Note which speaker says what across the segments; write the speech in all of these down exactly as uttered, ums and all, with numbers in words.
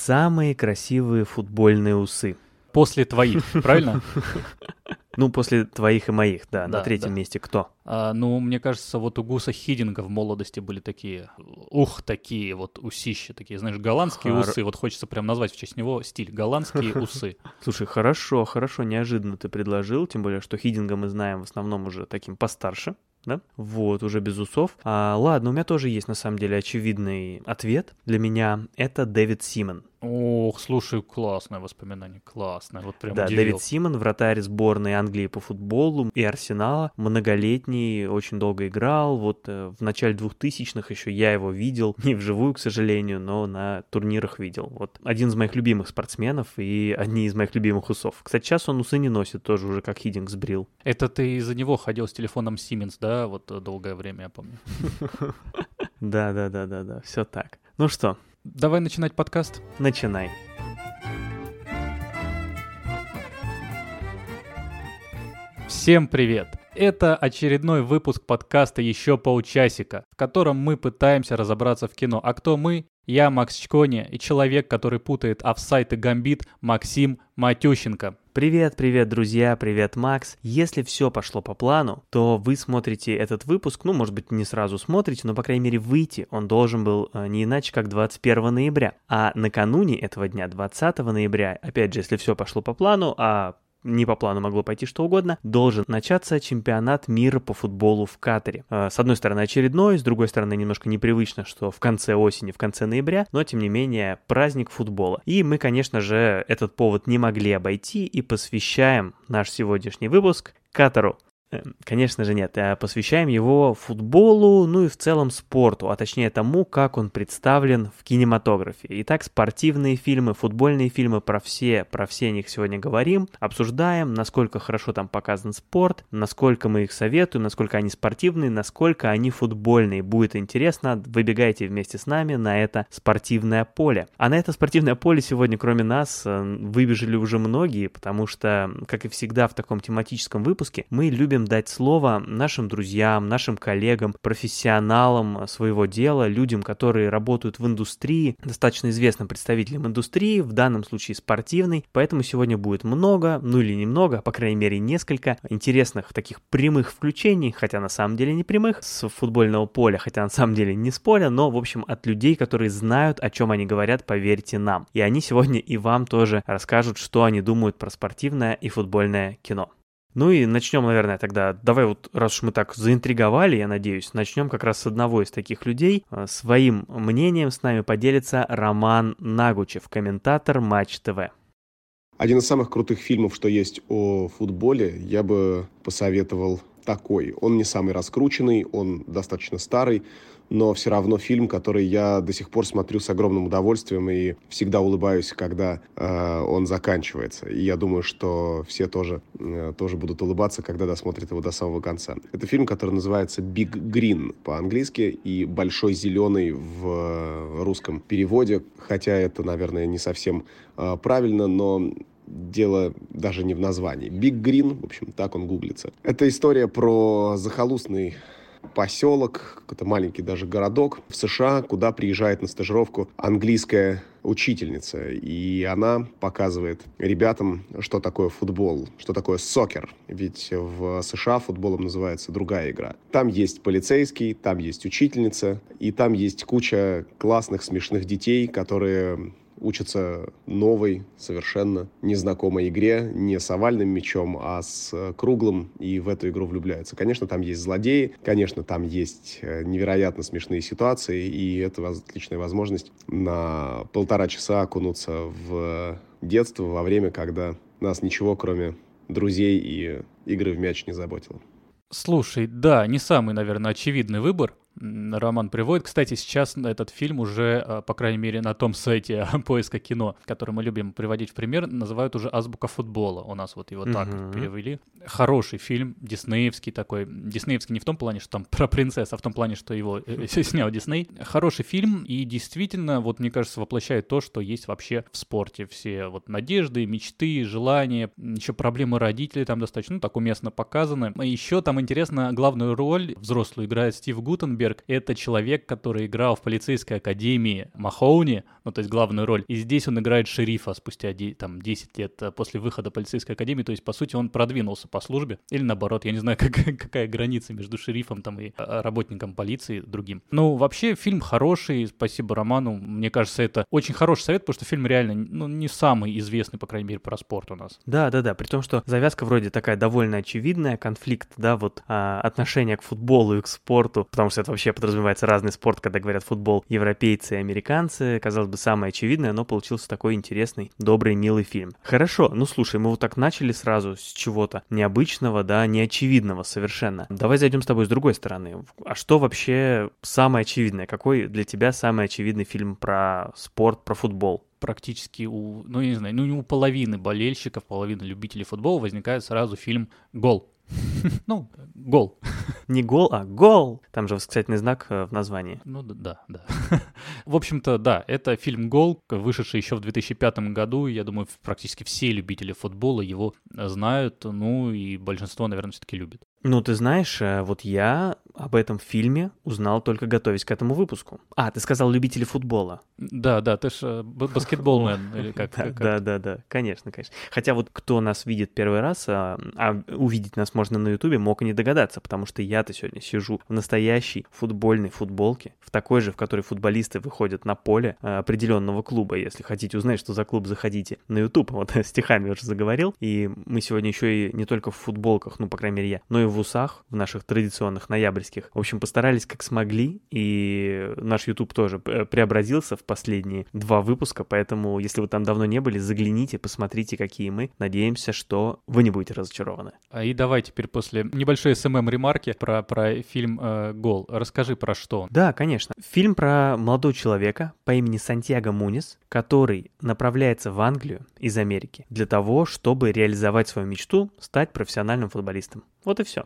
Speaker 1: самые красивые футбольные усы.
Speaker 2: После твоих, правильно?
Speaker 1: Ну, после твоих и моих, да.
Speaker 2: Да,
Speaker 1: На третьем
Speaker 2: да.
Speaker 1: месте кто?
Speaker 2: А, ну, мне кажется, вот у Гуса Хиддинга в молодости были такие, ух, такие вот усища, такие, знаешь, голландские
Speaker 1: Хар-
Speaker 2: усы. Вот хочется прям назвать в честь него стиль голландские усы.
Speaker 1: Слушай, хорошо, хорошо, неожиданно ты предложил, тем более, что Хиддинга мы знаем в основном уже таким постарше, да? Вот, уже без усов. А, ладно, у меня тоже есть, на самом деле, очевидный ответ. Для меня это Дэвид Симон.
Speaker 2: Ох, слушай, классное воспоминание, классное, вот прям
Speaker 1: Да,
Speaker 2: удивил.
Speaker 1: Дэвид Симон, вратарь сборной Англии по футболу и Арсенала, многолетний, очень долго играл, вот э, в начале двухтысячных еще я его видел, не вживую, к сожалению, но на турнирах видел. Вот один из моих любимых спортсменов и одни из моих любимых усов. Кстати, сейчас он усы не носит, тоже уже как Хиддинг сбрил.
Speaker 2: Это ты из-за него ходил с телефоном Siemens, да, вот э, долгое время, я помню.
Speaker 1: Да-да-да-да-да, все так. Ну что,
Speaker 2: Давай начинать подкаст.
Speaker 1: начинай.
Speaker 2: Всем привет! Это очередной выпуск подкаста «Еще полчасика», в котором мы пытаемся разобраться в кино. А кто мы? Я Макс Чкони и человек, который путает офсайд и гамбит, Максим Матющенко.
Speaker 1: Привет, привет, друзья, привет, Макс. Если все пошло по плану, то вы смотрите этот выпуск, ну, может быть, не сразу смотрите, но, по крайней мере, выйти он должен был э, не иначе, как двадцать первого ноября. А накануне этого дня, двадцатого ноября, опять же, если все пошло по плану, а не по плану могло пойти что угодно, должен начаться чемпионат мира по футболу в Катаре. Э, С одной стороны очередной, с другой стороны немножко непривычно, что в конце осени, в конце ноября, но тем не менее праздник футбола. И мы, конечно же, этот повод не могли обойти и посвящаем наш сегодняшний выпуск Катару. Э, Конечно же нет, а посвящаем его футболу, ну и в целом спорту, а точнее тому, как он представлен в кинематографе. Итак, спортивные фильмы, футбольные фильмы, про все, про все них сегодня говорим, обсуждаем, насколько хорошо там показан спорт, насколько мы их советуем, насколько они спортивные, насколько они футбольные. Будет интересно, выбегайте вместе с нами на это спортивное поле. А на это спортивное поле сегодня, кроме нас, э, выбежали уже многие, потому что, как и всегда в таком тематическом выпуске, мы любим дать слово нашим друзьям, нашим коллегам, профессионалам своего дела, людям, которые работают в индустрии, достаточно известным представителям индустрии, в данном случае спортивной. Поэтому сегодня будет много, ну или немного, а по крайней мере несколько интересных таких прямых включений, хотя на самом деле не прямых, с футбольного поля, хотя на самом деле не с поля, но в общем от людей, которые знают, о чем они говорят, поверьте нам. И они сегодня и вам тоже расскажут, что они думают про спортивное и футбольное кино. Ну и начнем, наверное, тогда, давай вот, раз уж мы так заинтриговали, я надеюсь, начнем как раз с одного из таких людей. Своим мнением с нами поделится Роман Нагучев, комментатор Матч ТВ.
Speaker 3: Один из самых крутых фильмов, что есть о футболе, я бы посоветовал такой. Он не самый раскрученный, он достаточно старый, но все равно фильм, который я до сих пор смотрю с огромным удовольствием и всегда улыбаюсь, когда э, он заканчивается. И я думаю, что все тоже, э, тоже будут улыбаться, когда досмотрят его до самого конца. Это фильм, который называется «Big Green» по-английски и «Большой зеленый» в русском переводе, хотя это, наверное, не совсем э, правильно, но дело даже не в названии. Big Green, в общем, так он гуглится. Это история про захолустный поселок, какой-то маленький даже городок в США, куда приезжает на стажировку английская учительница. И она показывает ребятам, что такое футбол, что такое сокер. Ведь в США футболом называется другая игра. Там есть полицейский, там есть учительница, и там есть куча классных, смешных детей, которые учатся новой, совершенно незнакомой игре, не с овальным мячом, а с круглым, и в эту игру влюбляются. Конечно, там есть злодеи, конечно, там есть невероятно смешные ситуации, и это отличная возможность на полтора часа окунуться в детство, во время, когда нас ничего, кроме друзей и игры в мяч, не заботило.
Speaker 2: Слушай, да, не самый, наверное, очевидный выбор. Роман приводит. Кстати, сейчас этот фильм уже, по крайней мере, на том сайте поиска кино, который мы любим приводить в пример, называют уже «Азбука футбола». У нас вот его так uh-huh. перевели. Хороший фильм, диснеевский такой. Диснеевский не в том плане, что там про принцесс, а в том плане, что его снял Дисней. Хороший фильм и действительно, вот мне кажется, воплощает то, что есть вообще в спорте. Все вот надежды, мечты, желания, еще проблемы родителей там достаточно, ну, так уместно показаны. И еще там интересно, главную роль взрослую играет Стив Гутенберг, Спилберг — это человек, который играл в полицейской академии Махоуни, ну, то есть главную роль, и здесь он играет шерифа спустя там, десять лет после выхода полицейской академии, то есть, по сути, он продвинулся по службе, или наоборот, я не знаю, как, какая граница между шерифом там, и работником полиции другим. Ну, вообще, фильм хороший, спасибо Роману, мне кажется, это очень хороший совет, потому что фильм реально, ну, не самый известный, по крайней мере, про спорт у нас.
Speaker 1: Да, да, да, при том, что завязка вроде такая довольно очевидная, конфликт, да, вот а, отношение к футболу и к спорту, потому что это вообще подразумевается разный спорт, когда говорят футбол, европейцы и американцы, казалось бы, самое очевидное, но получился такой интересный, добрый, милый фильм. Хорошо, ну слушай, мы вот так начали сразу с чего-то необычного, да, неочевидного совершенно. Давай зайдем с тобой с другой стороны. А что вообще самое очевидное? Какой для тебя самый очевидный фильм про спорт, про футбол?
Speaker 2: Практически у, ну, я не знаю, ну, у половины болельщиков, половины любителей футбола возникает сразу фильм «Гол». Ну, гол.
Speaker 1: Не гол, а гол. Там же восклицательный знак в названии.
Speaker 2: Ну да, да. В общем-то, да, это фильм «Гол», вышедший еще в две тысячи пятом году. Я думаю, практически все любители футбола его знают, ну и большинство, наверное, все-таки любит.
Speaker 1: Ну, ты знаешь, вот я об этом фильме узнал только готовясь к этому выпуску. А, ты сказал любители футбола.
Speaker 2: Да, да, ты же баскетболмен или как?
Speaker 1: Да, да, да, конечно, конечно. Хотя вот кто нас видит первый раз, а увидеть нас можно на Ютубе, мог и не догадаться, потому что я-то сегодня сижу в настоящей футбольной футболке, в такой же, в которой футболисты выходят на поле определенного клуба. Если хотите узнать, что за клуб, заходите на Ютуб. Вот стихами уже заговорил. И мы сегодня еще и не только в футболках, ну, по крайней мере, я, но и в усах, в наших традиционных ноябрьских. В общем, постарались как смогли, и наш YouTube тоже преобразился в последние два выпуска, поэтому, если вы там давно не были, загляните, посмотрите, какие мы. Надеемся, что вы не будете разочарованы.
Speaker 2: И давай теперь после небольшой эс эм эм-ремарки про, про фильм э, «Гол». Расскажи, про что он.
Speaker 1: Да, конечно. Фильм про молодого человека по имени Сантьяго Муньес, который направляется в Англию из Америки для того, чтобы реализовать свою мечту, стать профессиональным футболистом. Вот и все.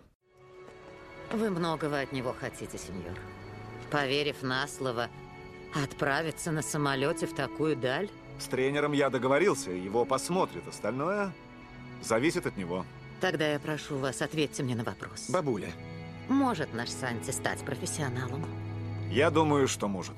Speaker 4: Вы многого от него хотите, сеньор. Поверив на слово, отправиться на самолете в такую даль?
Speaker 5: С тренером я договорился, его посмотрят. Остальное зависит от него.
Speaker 4: Тогда я прошу вас, ответьте мне на вопрос.
Speaker 5: Бабуля.
Speaker 4: Может наш Санти стать профессионалом?
Speaker 5: Я думаю, что может.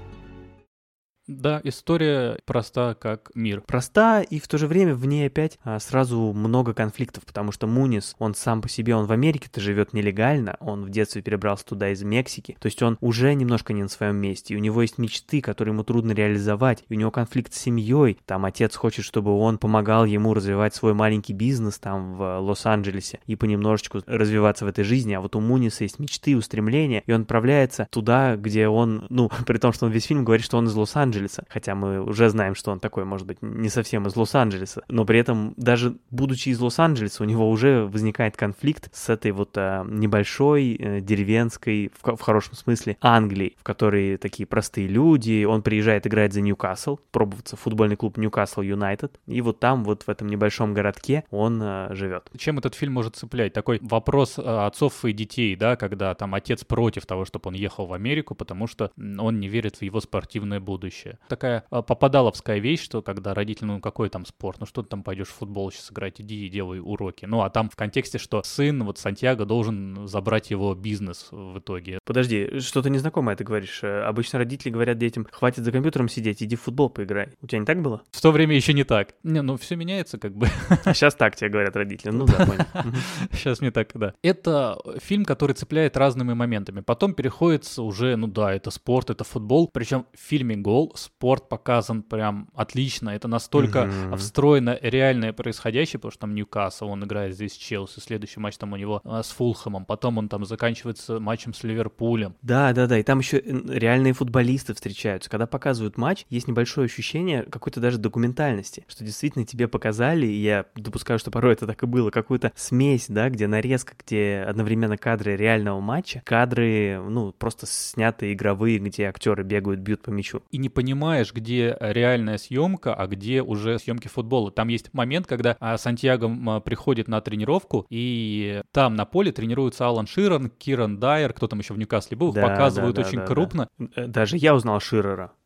Speaker 2: Да, история проста, как мир.
Speaker 1: Проста, и в то же время в ней опять а, сразу много конфликтов, потому что Муньес, он сам по себе, он в Америке-то живет нелегально, он в детстве перебрался туда из Мексики, то есть он уже немножко не на своем месте, и у него есть мечты, которые ему трудно реализовать, и у него конфликт с семьей, там отец хочет, чтобы он помогал ему развивать свой маленький бизнес там в Лос-Анджелесе и понемножечку развиваться в этой жизни, а вот у Муньеса есть мечты, устремления, и он отправляется туда, где он, ну, при том, что он весь фильм говорит, что он из Лос-Анджелеса, хотя мы уже знаем, что он такой, может быть, не совсем из Лос-Анджелеса, но при этом, даже будучи из Лос-Анджелеса, у него уже возникает конфликт с этой вот а, небольшой, а, деревенской, в, в хорошем смысле, Англии, в которой такие простые люди, он приезжает играть за Ньюкасл, пробоваться в футбольный клуб Ньюкасл Юнайтед, и вот там, вот в этом небольшом городке он а, живет.
Speaker 2: Чем этот фильм может цеплять? Такой вопрос а, отцов и детей, да, когда там отец против того, чтобы он ехал в Америку, потому что он не верит в его спортивное будущее. Такая а, попадаловская вещь, что когда родители, ну какой там спорт, ну что ты там пойдешь в футбол сейчас играть, иди и делай уроки. Ну а там в контексте, что сын, вот Сантьяго, должен забрать его бизнес в итоге.
Speaker 1: Подожди, что-то незнакомое ты говоришь. Обычно родители говорят детям, хватит за компьютером сидеть, иди в футбол поиграй. У тебя не так было?
Speaker 2: В то время еще не так. Не, ну все меняется как бы.
Speaker 1: А сейчас так тебе говорят родители. Ну да, понял.
Speaker 2: Сейчас мне так, да. Это фильм, который цепляет разными моментами. Потом переходится уже, ну да, это спорт, это футбол. Причем в фильме «Гол» спорт показан прям отлично. Это настолько mm-hmm. встроено реальное происходящее, потому что там Ньюкасл, он играет здесь с Челси, следующий матч там у него а, с Фулхэмом, потом он там заканчивается матчем с Ливерпулем.
Speaker 1: Да, да, да, и там еще реальные футболисты встречаются. Когда показывают матч, есть небольшое ощущение какой-то даже документальности, что действительно тебе показали, и я допускаю, что порой это так и было, какую-то смесь, да, где нарезка, где одновременно кадры реального матча, кадры, ну, просто снятые игровые, где актеры бегают, бьют по мячу.
Speaker 2: И не понимаешь, где реальная съемка, а где уже съемки футбола. Там есть момент, когда а, Сантьяго приходит на тренировку, и там на поле тренируются Алан Ширан, Киран Дайер, кто там еще в Ньюкасле был, их
Speaker 1: да,
Speaker 2: показывают
Speaker 1: да, да,
Speaker 2: очень
Speaker 1: да,
Speaker 2: крупно.
Speaker 1: Да. Даже я узнал Ширера.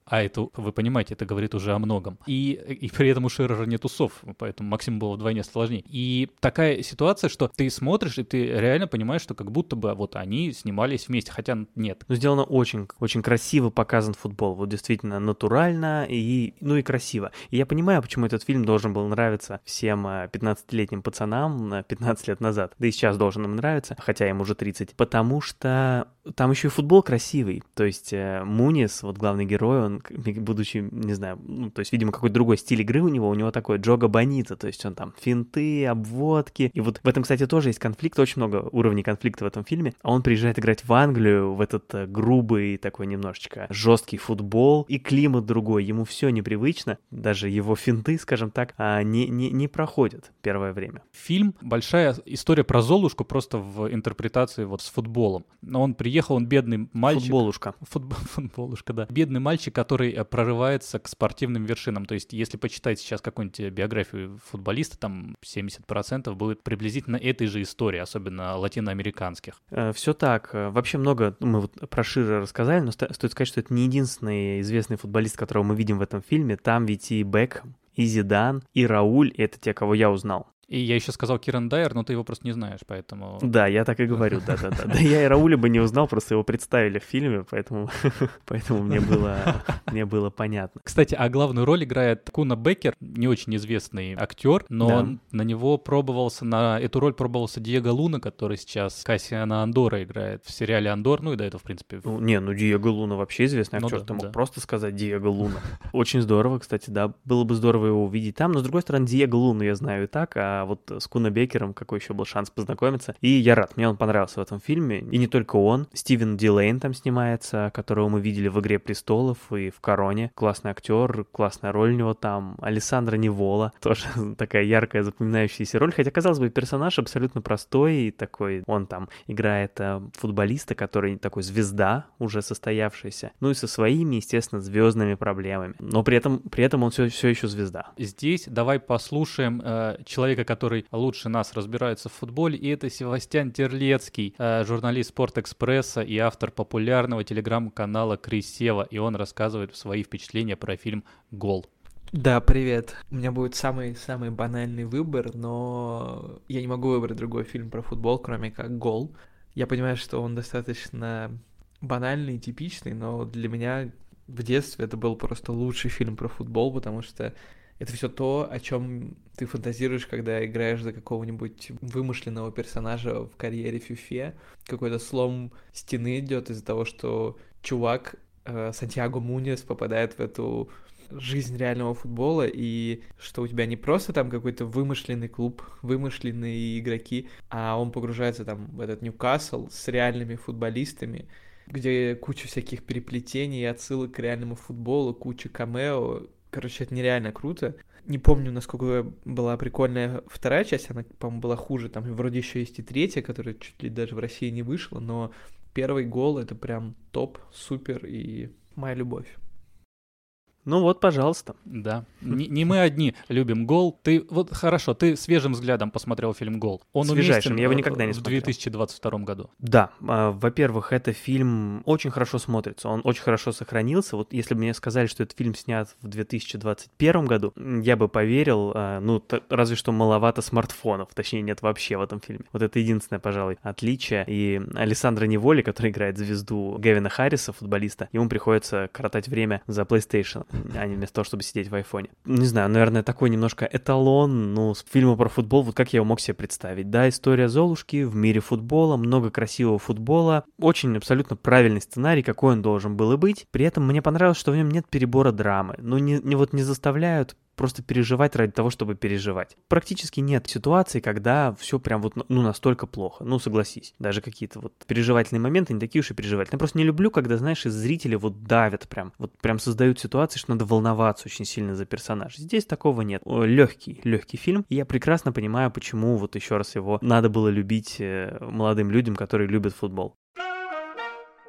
Speaker 2: А это, вы понимаете, это говорит уже о многом. И, и при этом у Ширера нет усов, поэтому Максиму было вдвойне сложнее. И такая ситуация, что ты смотришь, и ты реально понимаешь, что как будто бы вот они снимались вместе, хотя нет.
Speaker 1: Но сделано очень, очень красиво показан футбол. Вот действительно натурально и, ну и красиво. И я понимаю, почему этот фильм должен был нравиться всем пятнадцатилетним пацанам пятнадцать лет назад. Да и сейчас должен им нравиться, хотя им уже тридцать. Потому что там еще и футбол красивый. То есть Мунис, вот главный герой, он, будучи, не знаю, ну, то есть, видимо, какой-то другой стиль игры у него, у него такой Джога Бонита, то есть он там финты, обводки. И вот в этом, кстати, тоже есть конфликт, очень много уровней конфликта в этом фильме. А он приезжает играть в Англию, в этот грубый, такой немножечко жесткий футбол, и климат другой, ему все непривычно, даже его финты, скажем так, не, не, не проходят первое время.
Speaker 2: Фильм — большая история про Золушку, просто в интерпретации вот с футболом. Но он приехал, он бедный мальчик.
Speaker 1: Футболушка.
Speaker 2: Футбол, футболушка, да. Бедный мальчик, который прорывается к спортивным вершинам. То есть, если почитать сейчас какую-нибудь биографию футболиста, там семьдесят процентов будет приблизительно этой же истории, особенно латиноамериканских.
Speaker 1: Все так. Вообще много, мы вот про Ширера рассказали, но стоит сказать, что это не единственный известный футболист, которого мы видим в этом фильме. Там ведь и Бекхэм, и Зидан, и Рауль — это те, кого я узнал.
Speaker 2: И я еще сказал Киран Дайер, но ты его просто не знаешь, поэтому...
Speaker 1: Да, я так и говорю, да-да-да. Да я и Рауля бы не узнал, просто его представили в фильме, поэтому, поэтому мне, было, мне было понятно.
Speaker 2: Кстати, а главную роль играет Куна Беккер, не очень известный актер, но да. на него пробовался, на эту роль пробовался Диего Луна, который сейчас Кассиана Андора играет в сериале «Андор», ну и до этого, в принципе...
Speaker 1: Ну, не, ну Диего Луна вообще известный актер, ну, да, ты мог да. просто сказать Диего Луна. Очень здорово, кстати, да, было бы здорово его увидеть там, но, с другой стороны, Диего Луну я знаю и так, а А вот с Куна Беккером какой еще был шанс познакомиться. И я рад, мне он понравился в этом фильме. И не только он. Стивен Дилейн там снимается, которого мы видели в «Игре престолов» и в «Короне». Классный актер, классная роль у него там. Алессандро Нивола, тоже такая яркая, запоминающаяся роль. Хотя, казалось бы, персонаж абсолютно простой и такой. Он там играет футболиста, который такой звезда, уже состоявшаяся. Ну и со своими, естественно, звездными проблемами. Но при этом, при этом он все, все еще звезда.
Speaker 2: Здесь давай послушаем э, человека, который лучше нас разбирается в футболе, и это Севастьян Терлецкий, э, журналист «Спортэкспресса» и автор популярного телеграм-канала «Крисева», и он рассказывает свои впечатления про фильм «Гол».
Speaker 6: Да, привет. У меня будет самый-самый банальный выбор, но я не могу выбрать другой фильм про футбол, кроме как «Гол». Я понимаю, что он достаточно банальный и типичный, но для меня в детстве это был просто лучший фильм про футбол, потому что это все то, о чем ты фантазируешь, когда играешь за какого-нибудь вымышленного персонажа в карьере FIFA. Какой-то слом стены идет из-за того, что чувак э, Сантьяго Муньес попадает в эту жизнь реального футбола, и что у тебя не просто там какой-то вымышленный клуб, вымышленные игроки, а он погружается там в этот Ньюкасл с реальными футболистами, где куча всяких переплетений и отсылок к реальному футболу, куча камео. Короче, это нереально круто. Не помню, насколько была прикольная вторая часть, она, по-моему, была хуже. Там вроде еще есть и третья, которая чуть ли даже в России не вышла, но первый гол — это прям топ, супер и моя любовь.
Speaker 1: Ну вот, пожалуйста.
Speaker 2: Да. Не, не мы одни любим «Гол». Ты вот хорошо, ты свежим взглядом посмотрел фильм «Гол». Он
Speaker 1: Свежайшим, я его никогда не
Speaker 2: в
Speaker 1: смотрел.
Speaker 2: две тысячи двадцать втором году.
Speaker 1: Да, э, во-первых, это фильм очень хорошо смотрится, он очень хорошо сохранился. Вот если бы мне сказали, что этот фильм снят в две тысячи двадцать первом году, я бы поверил, э, ну, т- разве что маловато смартфонов, точнее, нет вообще в этом фильме. Вот это единственное, пожалуй, отличие. И Алессандро Ниволи, который играет звезду Гевина Харриса, футболиста, ему приходится коротать время за PlayStation, а не вместо того, чтобы сидеть в айфоне. Не знаю, наверное, такой немножко эталон, ну, с фильма про футбол, вот как я его мог себе представить. Да, история Золушки в мире футбола, много красивого футбола, очень абсолютно правильный сценарий, какой он должен был и быть. При этом мне понравилось, что в нем нет перебора драмы. Ну, не, не вот не заставляют просто переживать ради того, чтобы переживать. Практически нет ситуаций, когда все прям вот, ну, настолько плохо. Ну, согласись. Даже какие-то вот переживательные моменты не такие уж и переживательные. Я просто не люблю, когда, знаешь, из зрителя вот давят прям, вот прям создают ситуации, что надо волноваться очень сильно за персонажа. Здесь такого нет. Легкий, легкий фильм. И я прекрасно понимаю, почему вот еще раз его надо было любить молодым людям, которые любят футбол.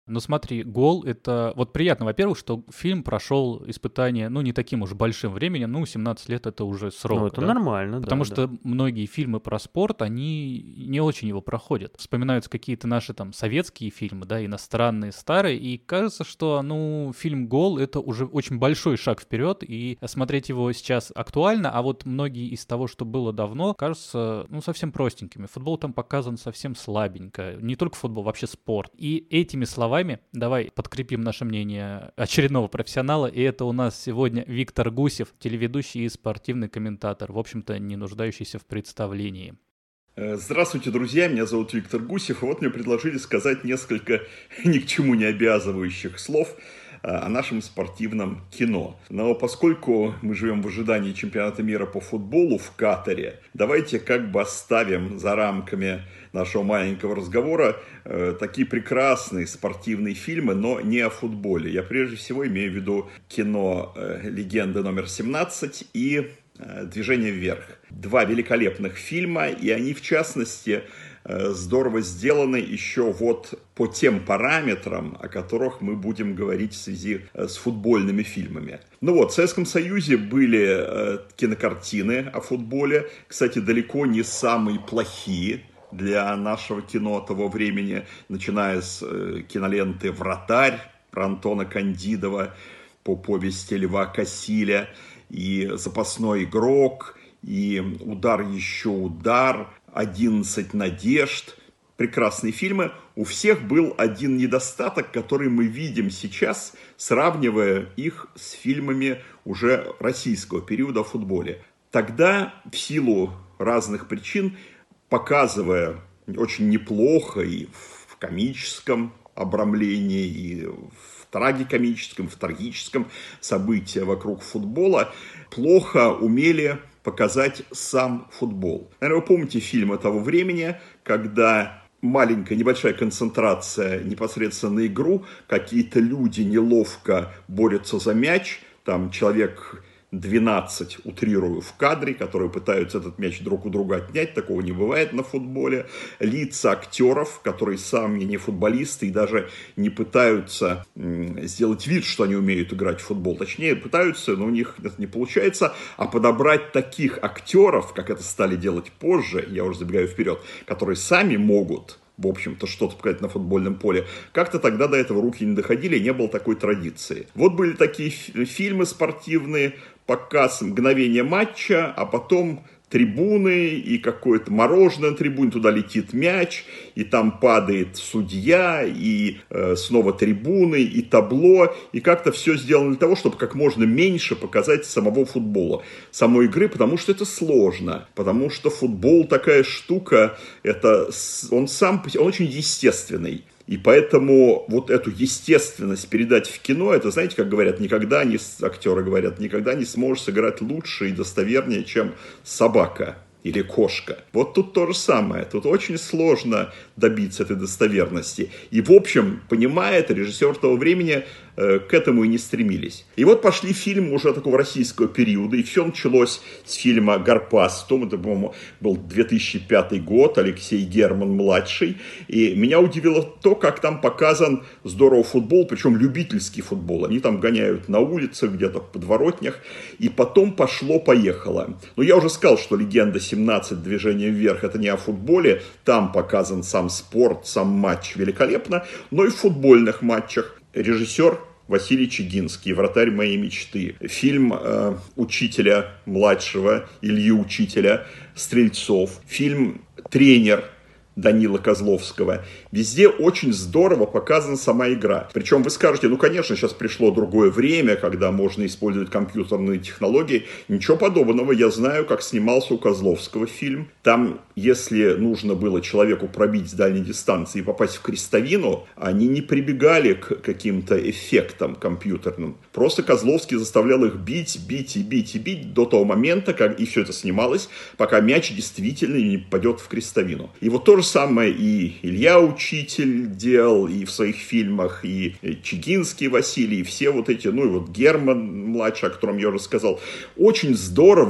Speaker 2: Ну смотри, «Гол» — это... Вот приятно, во-первых, что фильм прошел испытание, ну, не таким уж большим временем, ну, семнадцать лет — это уже срок.
Speaker 1: Ну, это
Speaker 2: да?
Speaker 1: нормально,
Speaker 2: Потому
Speaker 1: да,
Speaker 2: что
Speaker 1: да.
Speaker 2: многие фильмы про спорт, они не очень его проходят. Вспоминаются какие-то наши там советские фильмы, да, иностранные, старые, и кажется, что, ну, фильм «Гол» — это уже очень большой шаг вперед, и смотреть его сейчас актуально, а вот многие из того, что было давно, кажутся, ну, совсем простенькими. Футбол там показан совсем слабенько. Не только футбол, вообще спорт. И этими словами давай подкрепим наше мнение очередного профессионала, и это у нас сегодня Виктор Гусев, телеведущий и спортивный комментатор, в общем-то, не нуждающийся в представлении.
Speaker 7: Здравствуйте, друзья, меня зовут Виктор Гусев, и вот мне предложили сказать несколько ни к чему не обязывающих слов о нашем спортивном кино. Но поскольку мы живем в ожидании чемпионата мира по футболу в Катаре, давайте как бы оставим за рамками нашего маленького разговора э, такие прекрасные спортивные фильмы, но не о футболе. Я прежде всего имею в виду кино э, «Легенда номер семнадцать» и э, «Движение вверх». Два великолепных фильма, и они, в частности, э, здорово сделаны еще вот по тем параметрам, о которых мы будем говорить в связи э, с футбольными фильмами. Ну вот, в Советском Союзе были э, кинокартины о футболе, кстати, далеко не самые плохие для нашего кино того времени, начиная с э, киноленты «Вратарь» про Антона Кандидова, по повести Льва Косиля, и «Запасной игрок», и «Удар еще удар», «Одиннадцать надежд». Прекрасные фильмы. У всех был один недостаток, который мы видим сейчас, сравнивая их с фильмами уже российского периода о футболе. Тогда, в силу разных причин, показывая очень неплохо и в комическом обрамлении, и в трагикомическом, в трагическом события вокруг футбола, плохо умели показать сам футбол. Наверное, вы помните фильмы того времени, когда маленькая, небольшая концентрация непосредственно на игру, какие-то люди неловко борются за мяч, там человек двенадцать, утрирую, в кадре, которые пытаются этот мяч друг у друга отнять. Такого не бывает на футболе. Лица актеров, которые сами не футболисты и даже не пытаются м, сделать вид, что они умеют играть в футбол. Точнее, пытаются, но у них это не получается. А подобрать таких актеров, как это стали делать позже, я уже забегаю вперед, которые сами могут, в общем-то, что-то показать на футбольном поле. Как-то тогда до этого руки не доходили, не было такой традиции. Вот были такие фи- фильмы спортивные, показ мгновения матча, а потом трибуны и какое-то мороженое на трибуне, туда летит мяч, и там падает судья, и э, снова трибуны, и табло, и как-то все сделано для того, чтобы как можно меньше показать самого футбола, самой игры, потому что это сложно, потому что футбол такая штука, это, он сам, он очень естественный. И поэтому вот эту естественность передать в кино, это, знаете, как говорят, никогда не, актеры говорят, никогда не сможешь сыграть лучше и достовернее, чем собака или кошка. Вот тут то же самое. Тут очень сложно добиться этой достоверности. И, в общем, понимая это, режиссер того времени э, к этому и не стремились. И вот пошли фильмы уже такого российского периода. И все началось с фильма «Гарпас». Том, это, по-моему, был две тысячи пятый год, Алексей Герман-младший. И меня удивило то, как там показан здорово футбол, причем любительский футбол. Они там гоняют на улицах, где-то в подворотнях. И потом пошло-поехало. Но я уже сказал, что «Легенда семнадцать. Движение вверх» — это не о футболе. Там показан сам спорт, сам матч великолепно. Но и в футбольных матчах. Режиссер Василий Чигинский, «Вратарь моей мечты». Фильм э, учителя младшего, Ильи Учителя, Стрельцов. Фильм «Тренер» Данила Козловского. Везде очень здорово показана сама игра. Причем вы скажете, ну, конечно, сейчас пришло другое время, когда можно использовать компьютерные технологии. Ничего подобного. Я знаю, как снимался у Козловского фильм. Там, если нужно было человеку пробить с дальней дистанции и попасть в крестовину, они не прибегали к каким-то эффектам компьютерным. Просто Козловский заставлял их бить, бить и бить и бить до того момента, как и все это снималось, пока мяч действительно не попадет в крестовину. И вот то же самое и Илья Учитель делал, и в своих фильмах, и Чигинский Василий, и все вот эти, ну и вот Герман младший, о котором я уже сказал. Очень здорово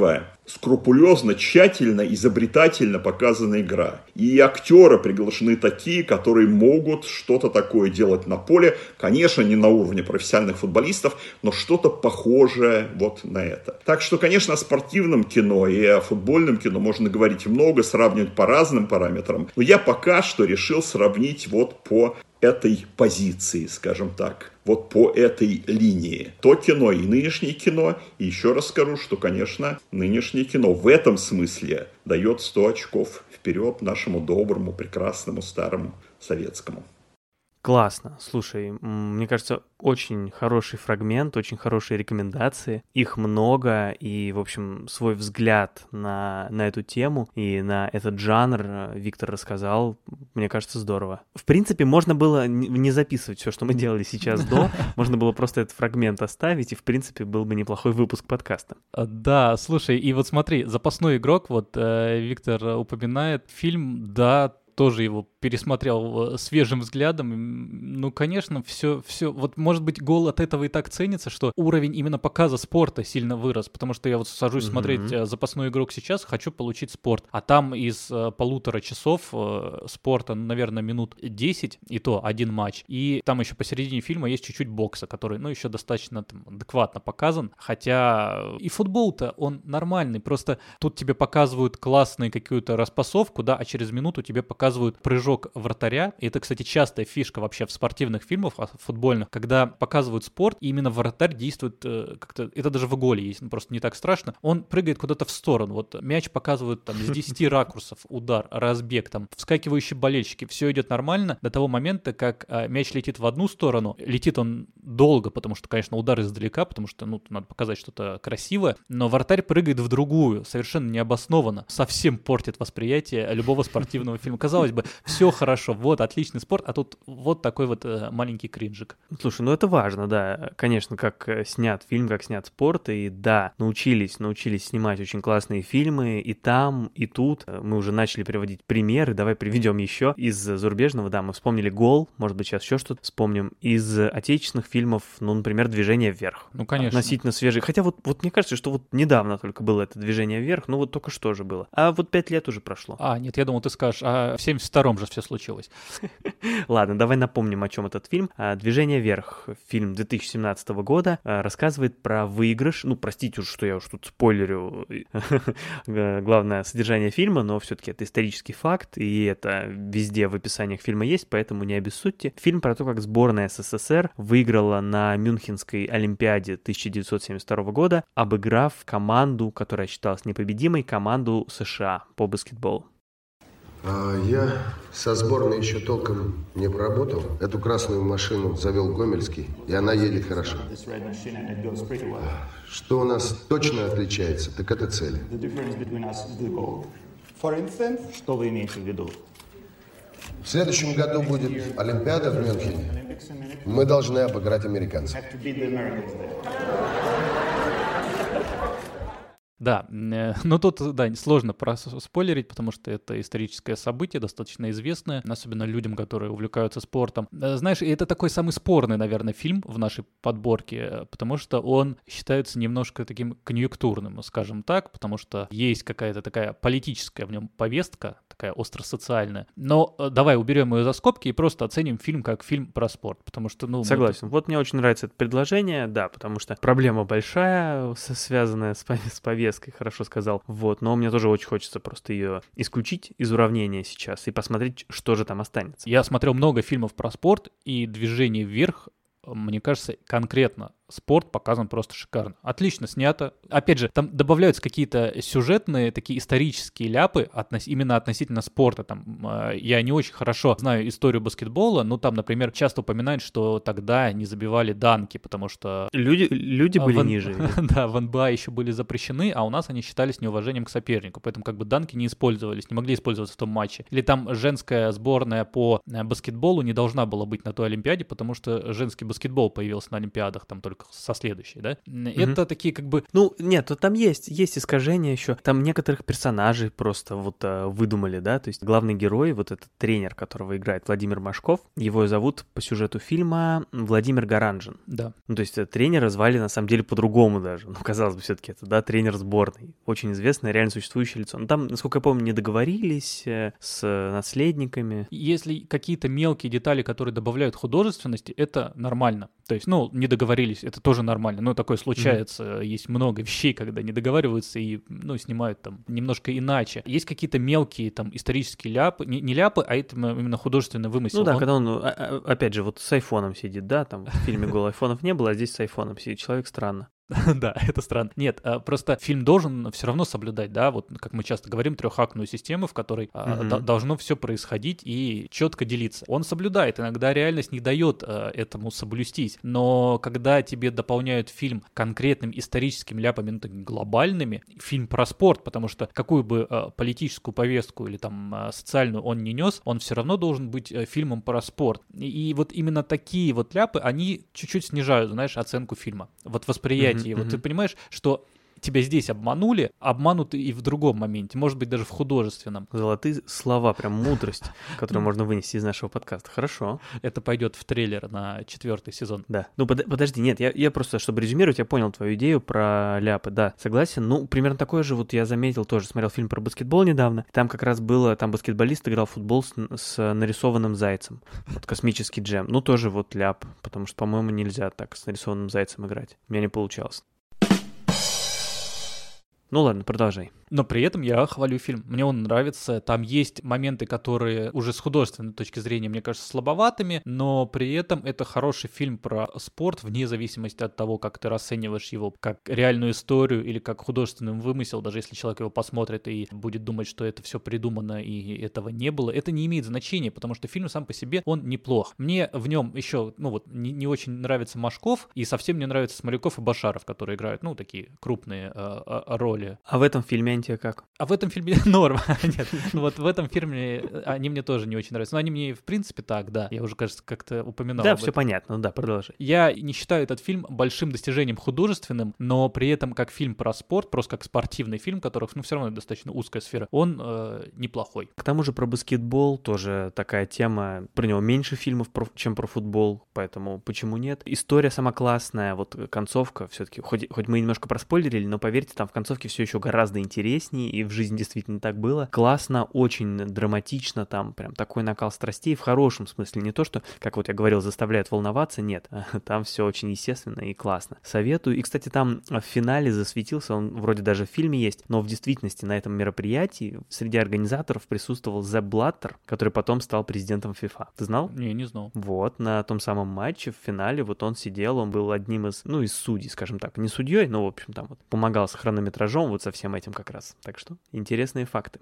Speaker 7: скрупулезно, тщательно, изобретательно показана игра. И актеры приглашены такие, которые могут что-то такое делать на поле. Конечно, не на уровне профессиональных футболистов, но что-то похожее вот на это. Так что, конечно, о спортивном кино и о футбольном кино можно говорить много, сравнивать по разным параметрам. Но я пока что решил сравнить вот по этой позиции, скажем так, вот по этой линии. То кино и нынешнее кино. И еще раз скажу, что, конечно, нынешнее кино в этом смысле дает сто очков вперед нашему доброму, прекрасному, старому советскому.
Speaker 1: Классно. Слушай, мне кажется, очень хороший фрагмент, очень хорошие рекомендации. Их много, и, в общем, свой взгляд на, на эту тему и на этот жанр Виктор рассказал. Мне кажется, здорово. В принципе, можно было не записывать все, что мы делали сейчас до. Можно было просто этот фрагмент оставить, и, в принципе, был бы неплохой выпуск подкаста.
Speaker 2: Да, слушай, и вот смотри, «Запасной игрок», вот э, Виктор упоминает, фильм, да, тоже его пересмотрел свежим взглядом. Ну, конечно, все, все. Вот, может быть, гол от этого и так ценится, что уровень именно показа спорта сильно вырос, потому что я вот сажусь mm-hmm. смотреть э, «Запасной игрок» сейчас, хочу получить спорт. А там из э, полутора часов э, спорта, наверное, минут десять, и то один матч. И там еще посередине фильма есть чуть-чуть бокса, который, ну, еще достаточно там, адекватно показан. Хотя и футбол-то, он нормальный, просто тут тебе показывают классную какую-то распасовку, да, а через минуту тебе показывают прыжок вратаря. И это, кстати, частая фишка вообще в спортивных фильмах, футбольных, когда показывают спорт, и именно вратарь действует э, как-то, это даже в голе есть, просто не так страшно, он прыгает куда-то в сторону, вот мяч показывают там с десяти ракурсов, удар, разбег, там, вскакивающие болельщики, все идет нормально до того момента, как э, мяч летит в одну сторону, летит он долго, потому что, конечно, удар издалека, потому что, ну, надо показать что-то красивое, но вратарь прыгает в другую, совершенно необоснованно, совсем портит восприятие любого спортивного фильма. Казалось бы, все хорошо, вот, отличный спорт, а тут вот такой вот э, маленький кринжик.
Speaker 1: Слушай, ну это важно, да, конечно, как снят фильм, как снят спорт, и да, научились, научились снимать очень классные фильмы и там, и тут. Мы уже начали приводить примеры, давай приведем еще из зарубежного, да, мы вспомнили «Гол», может быть, сейчас еще что-то вспомним, из отечественных фильмов, ну, например, «Движение вверх».
Speaker 2: Ну, конечно.
Speaker 1: Относительно свежий, хотя вот, вот мне кажется, что вот недавно только было это «Движение вверх», ну вот только что же было, а вот пять лет уже прошло.
Speaker 2: А, нет, я думал, ты скажешь, а в семьдесят втором же все случилось.
Speaker 1: Ладно, давай напомним, о чем этот фильм. «Движение вверх», фильм две тысячи семнадцатого года, рассказывает про выигрыш. Ну, простите уж, что я уж тут спойлерю главное содержание фильма, но все-таки это исторический факт, и это везде в описаниях фильма есть, поэтому не обессудьте. Фильм про то, как сборная СССР выиграла на Мюнхенской Олимпиаде тысяча девятьсот семьдесят второго года, обыграв команду, которая считалась непобедимой, команду США по баскетболу.
Speaker 8: А я со сборной еще толком не поработал. Эту красную машину завел Гомельский, и она едет хорошо. Что у нас точно отличается, так это цели.
Speaker 9: Что вы имеете в виду?
Speaker 8: В следующем году будет Олимпиада в Мюнхене. Мы должны обыграть американцев.
Speaker 2: Да, но тут, да, сложно проспойлерить, потому что это историческое событие, достаточно известное, особенно людям, которые увлекаются спортом. Знаешь, и это такой самый спорный, наверное, фильм в нашей подборке, потому что он считается немножко таким конъюнктурным, скажем так, потому что есть какая-то такая политическая в нем повестка, такая остросоциальная. Но давай уберем ее за скобки и просто оценим фильм как фильм про спорт, потому что, ну...
Speaker 1: Согласен. Мы... Вот мне очень нравится это предложение, да, потому что проблема большая, связанная с повесткой, хорошо сказал. Вот, но мне тоже очень хочется просто ее исключить из уравнения сейчас и посмотреть, что же там останется.
Speaker 2: Я смотрел много фильмов про спорт, и «Движение вверх», мне кажется, конкретно спорт показан просто шикарно. Отлично снято. Опять же, там добавляются какие-то сюжетные, такие исторические ляпы относ... именно относительно спорта. Там, э, я не очень хорошо знаю историю баскетбола, но там, например, часто упоминают, что тогда не забивали данки, потому что...
Speaker 1: Люди, люди были
Speaker 2: в...
Speaker 1: ниже.
Speaker 2: Да, в эн бэ а еще были запрещены, а у нас они считались неуважением к сопернику, поэтому как бы данки не использовались, не могли использоваться в том матче. Или там женская сборная по баскетболу не должна была быть на той Олимпиаде, потому что женский баскетбол появился на Олимпиадах там только со следующей, да? Mm-hmm. Это такие как бы...
Speaker 1: Ну, нет, то там есть, есть искажения еще. Там некоторых персонажей просто вот а, выдумали, да, то есть главный герой, вот этот тренер, которого играет Владимир Машков, его зовут по сюжету фильма Владимир Гаранжин.
Speaker 2: Да.
Speaker 1: Ну, то есть тренера звали на самом деле по-другому даже. Ну, казалось бы, все-таки это, да, тренер сборной. Очень известное, реально существующее лицо. Но там, насколько я помню, не договорились э, с наследниками.
Speaker 2: Если какие-то мелкие детали, которые добавляют художественности, это нормально. То есть, ну, не договорились, это тоже нормально. Ну, такое случается. Mm-hmm. Есть много вещей, когда не договариваются и, ну, снимают там немножко иначе. Есть какие-то мелкие там исторические ляпы, не, не ляпы, а это именно художественный вымысел.
Speaker 1: Ну да,
Speaker 2: он...
Speaker 1: когда он, опять же, вот с айфоном сидит, да, там в фильме «Гол» айфонов не было, а здесь с айфоном сидит человек, странно.
Speaker 2: Да, это странно. Нет, просто фильм должен все равно соблюдать, да, вот как мы часто говорим, трехактную систему, в которой mm-hmm. д- должно все происходить и четко делиться. Он соблюдает, иногда реальность не дает а, этому соблюстись, но когда тебе дополняют фильм конкретными историческими ляпами, ну, так, глобальными, фильм про спорт, потому что какую бы а, политическую повестку или там а, социальную он не нес, он все равно должен быть а, фильмом про спорт. И, и вот именно такие вот ляпы, они чуть-чуть снижают, знаешь, оценку фильма. Вот восприятие. Mm-hmm. Вот ты понимаешь, что тебя здесь обманули, обмануты и в другом моменте, может быть, даже в художественном.
Speaker 1: Золотые слова, прям мудрость, которую можно вынести из нашего подкаста. Хорошо.
Speaker 2: Это пойдет в трейлер на четвертый сезон.
Speaker 1: Да. Ну, под, подожди, нет, я, я просто, чтобы резюмировать, я понял твою идею про ляпы. Да, согласен. Ну, примерно такое же вот я заметил тоже, смотрел фильм про баскетбол недавно. Там как раз было, там баскетболист играл в футбол с, с нарисованным зайцем. Вот космический джем. Ну, тоже вот ляп, потому что, по-моему, нельзя так с нарисованным зайцем играть. У меня не получалось. Ну ладно, продолжай.
Speaker 2: Но при этом я хвалю фильм. Мне он нравится. Там есть моменты, которые уже с художественной точки зрения, мне кажется, слабоватыми, но при этом это хороший фильм про спорт, вне зависимости от того, как ты расцениваешь его как реальную историю или как художественный вымысел. Даже если человек его посмотрит и будет думать, что это все придумано и этого не было, это не имеет значения, потому что фильм сам по себе, он неплох. Мне в нем еще, ну вот, не, не очень нравится Машков, и совсем не нравится Смоляков и Башаров, которые играют, ну, такие крупные э, э, роли.
Speaker 1: А в этом фильме тебе как?
Speaker 2: А в этом фильме норм. Нет, ну вот в этом фильме они мне тоже не очень нравятся. Но они мне, в принципе, так, да. Я уже, кажется, как-то упоминал.
Speaker 1: Да, все понятно, да, продолжай.
Speaker 2: Я не считаю этот фильм большим достижением художественным, но при этом как фильм про спорт, просто как спортивный фильм, которых, ну, все равно достаточно узкая сфера, он э, неплохой.
Speaker 1: К тому же про баскетбол тоже такая тема. Про него меньше фильмов, чем про футбол, поэтому почему нет? История сама классная, вот концовка все-таки, хоть, хоть мы немножко проспойлерили, но поверьте, там в концовке все еще гораздо интереснее, и в жизни действительно так было. Классно, очень драматично, там прям такой накал страстей в хорошем смысле. Не то, что, как вот я говорил, заставляет волноваться, нет. Там все очень естественно и классно. Советую. И, кстати, там в финале засветился, он вроде даже в фильме есть, но в действительности на этом мероприятии среди организаторов присутствовал Зепп Блаттер, который потом стал президентом ФИФА. Ты знал?
Speaker 2: Не, не знал.
Speaker 1: Вот, на том самом матче в финале вот он сидел, он был одним из, ну, из судей, скажем так. Не судьей, но, в общем, там вот помогал с хронометражом, вот со всем этим как раз. Так что интересные факты.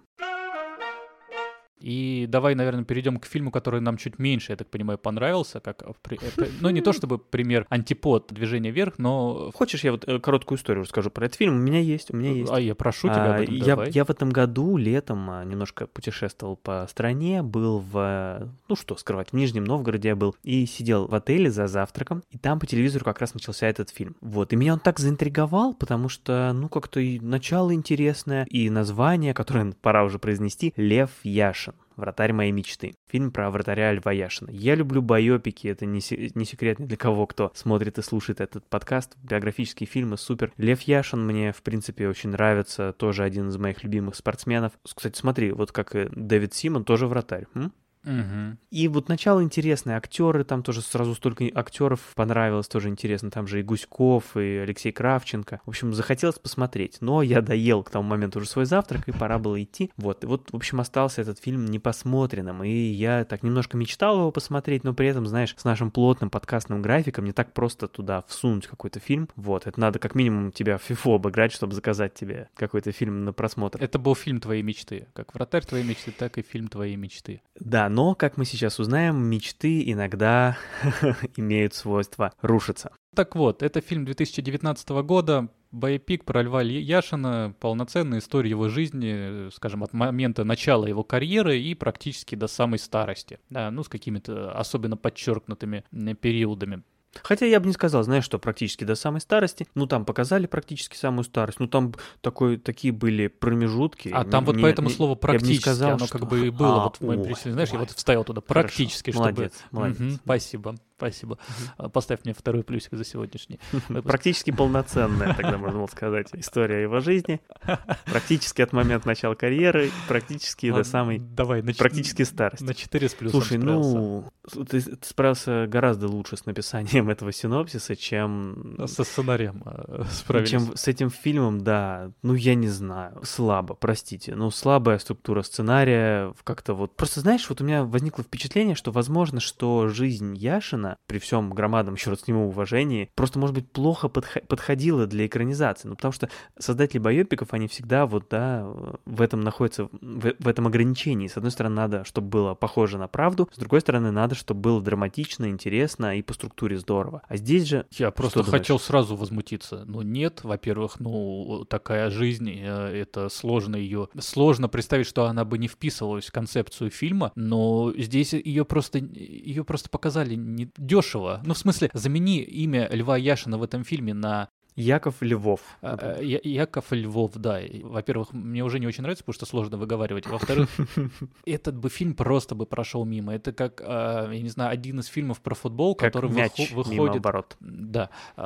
Speaker 2: И давай, наверное, перейдем к фильму, который нам чуть меньше, я так понимаю, понравился. Как, ну, не то чтобы пример антипод «Движение вверх», но...
Speaker 1: Хочешь, я вот короткую историю расскажу про этот фильм? У меня есть, у меня есть.
Speaker 2: А я прошу тебя об этом,
Speaker 1: я,
Speaker 2: давай.
Speaker 1: Я в этом году летом немножко путешествовал по стране, был в... Ну что скрывать, в Нижнем Новгороде я был. И сидел в отеле за завтраком, и там по телевизору как раз начался этот фильм. Вот, и меня он так заинтриговал, потому что, ну, как-то и начало интересное, и название, которое пора уже произнести, «Лев Яшин. Вратарь моей мечты». Фильм про вратаря Льва Яшина. Я люблю байопики, это не, се- не секрет ни для кого, кто смотрит и слушает этот подкаст. Биографические фильмы супер. Лев Яшин мне, в принципе, очень нравится. Тоже один из моих любимых спортсменов. Кстати, смотри, вот как и Дэвид Симон, тоже вратарь. М?
Speaker 2: Угу.
Speaker 1: И вот начало интересное, актеры, там тоже сразу столько актеров понравилось, тоже интересно, там же и Гуськов, и Алексей Кравченко. В общем, захотелось посмотреть, но я доел к тому моменту уже свой завтрак, и пора было идти. Вот, и вот, в общем, остался этот фильм непосмотренным, и я так немножко мечтал его посмотреть, но при этом, знаешь, с нашим плотным подкастным графиком не так просто туда всунуть какой-то фильм. Вот, это надо как минимум тебя в фифу обыграть, чтобы заказать тебе какой-то фильм на просмотр.
Speaker 2: Это был фильм твоей мечты, как «Вратарь твоей мечты», так и фильм твоей мечты.
Speaker 1: Да, но, как мы сейчас узнаем, мечты иногда имеют свойство рушиться.
Speaker 2: Так вот, это фильм две тысячи девятнадцатого года, боепик про Льва Яшина, полноценная история его жизни, скажем, от момента начала его карьеры и практически до самой старости, да, ну, с какими-то особенно подчеркнутыми периодами.
Speaker 1: Хотя я бы не сказал, знаешь, что практически до самой старости. Ну, там показали практически самую старость. Ну, там такой, такие были промежутки.
Speaker 2: А там
Speaker 1: не,
Speaker 2: вот
Speaker 1: не,
Speaker 2: поэтому
Speaker 1: не,
Speaker 2: слово «практически»,
Speaker 1: сказал,
Speaker 2: оно
Speaker 1: что...
Speaker 2: как бы и было
Speaker 1: а,
Speaker 2: вот в моем
Speaker 1: о,
Speaker 2: перечислении. Знаешь,
Speaker 1: ой.
Speaker 2: я вот вставил туда «практически»,
Speaker 1: Хорошо.
Speaker 2: чтобы...
Speaker 1: Молодец, молодец.
Speaker 2: Угу, спасибо, спасибо. Угу. Поставь мне второй плюсик за сегодняшний выпуск.
Speaker 1: Практически полноценная, тогда можно было сказать, история его жизни. Практически от момента начала карьеры, практически до самой...
Speaker 2: Давай, на
Speaker 1: практически старости.
Speaker 2: На четыре с плюсом.
Speaker 1: Слушай, ну, ты, ты справился гораздо лучше с написанием этого синопсиса, чем...
Speaker 2: Со сценарием справились.
Speaker 1: Чем с этим фильмом, да, ну, я не знаю, слабо, простите, ну, слабая структура сценария, как-то вот... Просто, знаешь, вот у меня возникло впечатление, что, возможно, что жизнь Яшина, при всем громадном, еще раз к нему уважении, просто, может быть, плохо подх- подходила для экранизации, ну, потому что создатели байопиков, они всегда вот, да, в этом находятся, в, в этом ограничении. С одной стороны, надо, чтобы было похоже на правду, с другой стороны, надо, чтобы было драматично, интересно и по структуре здорово. А здесь же...
Speaker 2: Я просто
Speaker 1: что
Speaker 2: хотел
Speaker 1: думаешь?
Speaker 2: сразу возмутиться. Ну, нет, во-первых, ну, такая жизнь, это сложно ее... Сложно представить, что она бы не вписывалась в концепцию фильма, но здесь ее просто, ее просто показали не дешево. Ну, в смысле, замени имя Льва Яшина в этом фильме на...
Speaker 1: Яков Львов.
Speaker 2: А, Я, Яков Львов, да. Во-первых, мне уже не очень нравится, потому что сложно выговаривать. Во-вторых, этот бы фильм просто бы прошел мимо. Это как, я не знаю, один из фильмов про футбол,
Speaker 1: как
Speaker 2: который
Speaker 1: мяч
Speaker 2: выхо- выходит...
Speaker 1: мимо оборот.
Speaker 2: Да.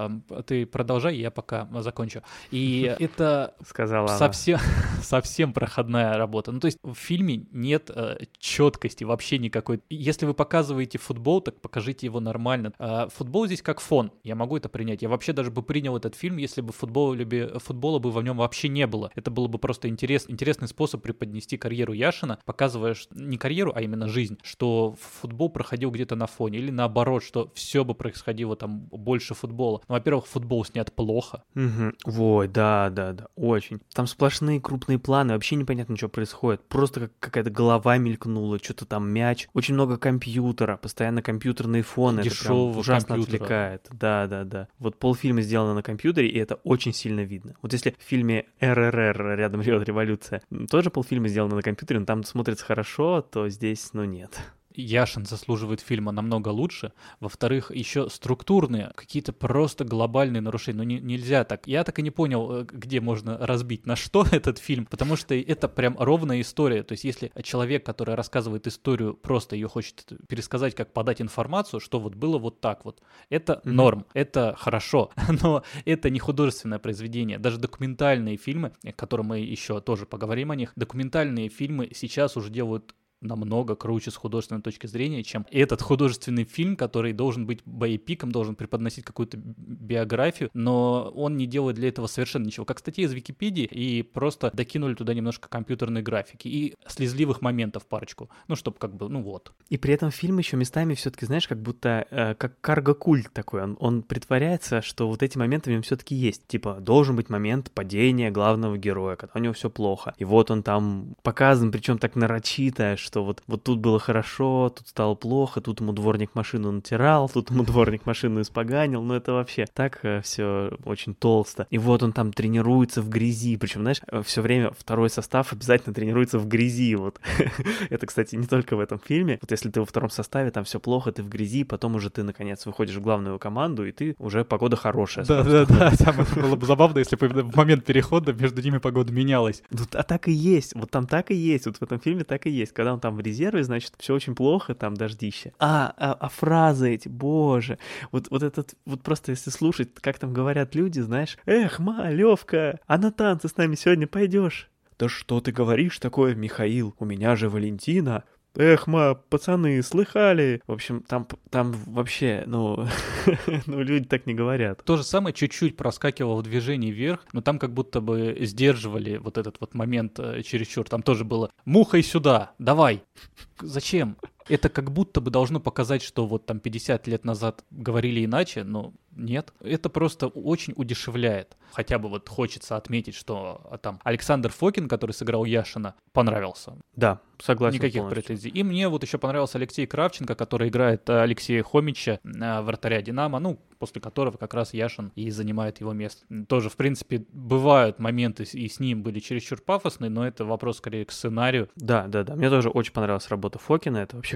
Speaker 2: Ты продолжай, я пока закончу. И это
Speaker 1: Сказала
Speaker 2: совсем, совсем проходная работа. Ну, то есть в фильме нет э, четкости вообще никакой. Если вы показываете футбол, так покажите его нормально. А футбол здесь как фон. Я могу это принять. Я вообще даже бы принял этот фильм, если бы футбола, люби, футбола бы в нем вообще не было. Это было бы просто интерес, интересный способ преподнести карьеру Яшина, показывая что, не карьеру, а именно жизнь, что футбол проходил где-то на фоне, или наоборот, что все бы происходило там больше футбола. Ну, во-первых, футбол снят плохо.
Speaker 1: Угу. Ой, да, да, да, очень. Там сплошные крупные планы, вообще непонятно, что происходит. Просто как какая-то голова мелькнула, что-то там мяч. Очень много компьютера, постоянно компьютерные фоны.
Speaker 2: Дешевого
Speaker 1: это прям ужасно
Speaker 2: компьютера.
Speaker 1: отвлекает. Да, да, да. Вот полфильма сделано на компьютере, и это очень сильно видно. Вот если в фильме эр эр эр «Рядом живет революция» тоже полфильма сделано на компьютере, но там смотрится хорошо, то здесь, ну, нет.
Speaker 2: Яшин заслуживает фильма намного лучше. Во-вторых, еще структурные, какие-то просто глобальные нарушения. Ну, не, нельзя так. Я так и не понял, где можно разбить на что этот фильм, потому что это прям ровная история. То есть, если человек, который рассказывает историю, просто ее хочет пересказать, как подать информацию, что вот было вот так вот, это mm-hmm. норм, это хорошо, но это не художественное произведение. Даже документальные фильмы, о которых мы еще тоже поговорим о них, документальные фильмы сейчас уже делают намного круче с художественной точки зрения, чем этот художественный фильм, который должен быть боепиком, должен преподносить какую-то биографию, но он не делает для этого совершенно ничего. Как статья из Википедии, и просто докинули туда немножко компьютерной графики и слезливых моментов парочку. Ну, чтобы как бы, ну вот.
Speaker 1: И при этом фильм еще местами все-таки, знаешь, как будто э, как карго-культ такой. Он, он притворяется, что вот эти моменты в нем все-таки есть. Типа, должен быть момент падения главного героя, когда у него все плохо. И вот он там показан, причем так нарочито, что вот, вот тут было хорошо, тут стало плохо, тут ему дворник машину натирал, тут ему дворник машину испоганил, ну это вообще так э, все очень толсто. И вот он там тренируется в грязи, причем, знаешь, все время второй состав обязательно тренируется в грязи, вот. Это, кстати, не только в этом фильме. Вот если ты во втором составе, там все плохо, ты в грязи, потом уже ты, наконец, выходишь в главную команду, и ты уже погода хорошая.
Speaker 2: Да-да-да, там это было бы забавно, если бы в момент перехода между ними погода менялась.
Speaker 1: А так и есть, вот там так и есть, вот в этом фильме так и есть, когда он там в резерве, значит, все очень плохо, там дождище. А, а, а фразы эти, боже, вот, вот этот, вот просто если слушать, как там говорят люди, знаешь, эх, ма, Левка, а на танцы с нами сегодня пойдешь? Да что ты говоришь такое, Михаил, у меня же Валентина. Эх, ма, пацаны, слыхали? В общем, там, там вообще, ну, ну, люди так не говорят.
Speaker 2: То же самое чуть-чуть проскакивало в движении вверх, но там как будто бы сдерживали вот этот вот момент э, чересчур. Там тоже было «мухой сюда, давай». Зачем? Это как будто бы должно показать, что вот там пятьдесят лет назад говорили иначе, но нет. Это просто очень удешевляет. Хотя бы вот хочется отметить, что а, там Александр Фокин, который сыграл Яшина, понравился.
Speaker 1: Да, согласен.
Speaker 2: Никаких
Speaker 1: полностью.
Speaker 2: претензий. И мне вот еще понравился Алексей Кравченко, который играет Алексея Хомича, вратаря «Динамо», ну, после которого как раз Яшин и занимает его место. Тоже, в принципе, бывают моменты, и с ним были чересчур пафосные, но это вопрос скорее к сценарию.
Speaker 1: Да, да, да. Мне тоже очень понравилась работа Фокина. Это вообще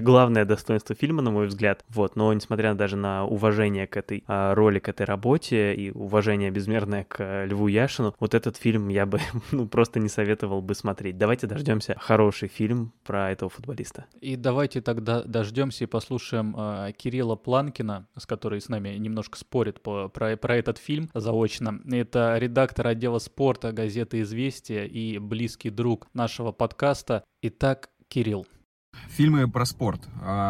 Speaker 1: главное достоинство фильма, на мой взгляд. Вот, но несмотря даже на уважение к этой а, роли, к этой работе и уважение безмерное к а, Льву Яшину, вот этот фильм я бы ну, просто не советовал бы смотреть. Давайте дождемся хороший фильм про этого футболиста.
Speaker 2: И давайте тогда дождемся и послушаем э, Кирилла Планкина, с которым с нами немножко спорит по, про, про этот фильм заочно. Это редактор отдела спорта газеты «Известия» и близкий друг нашего подкаста. Итак, Кирилл.
Speaker 10: Фильмы про спорт.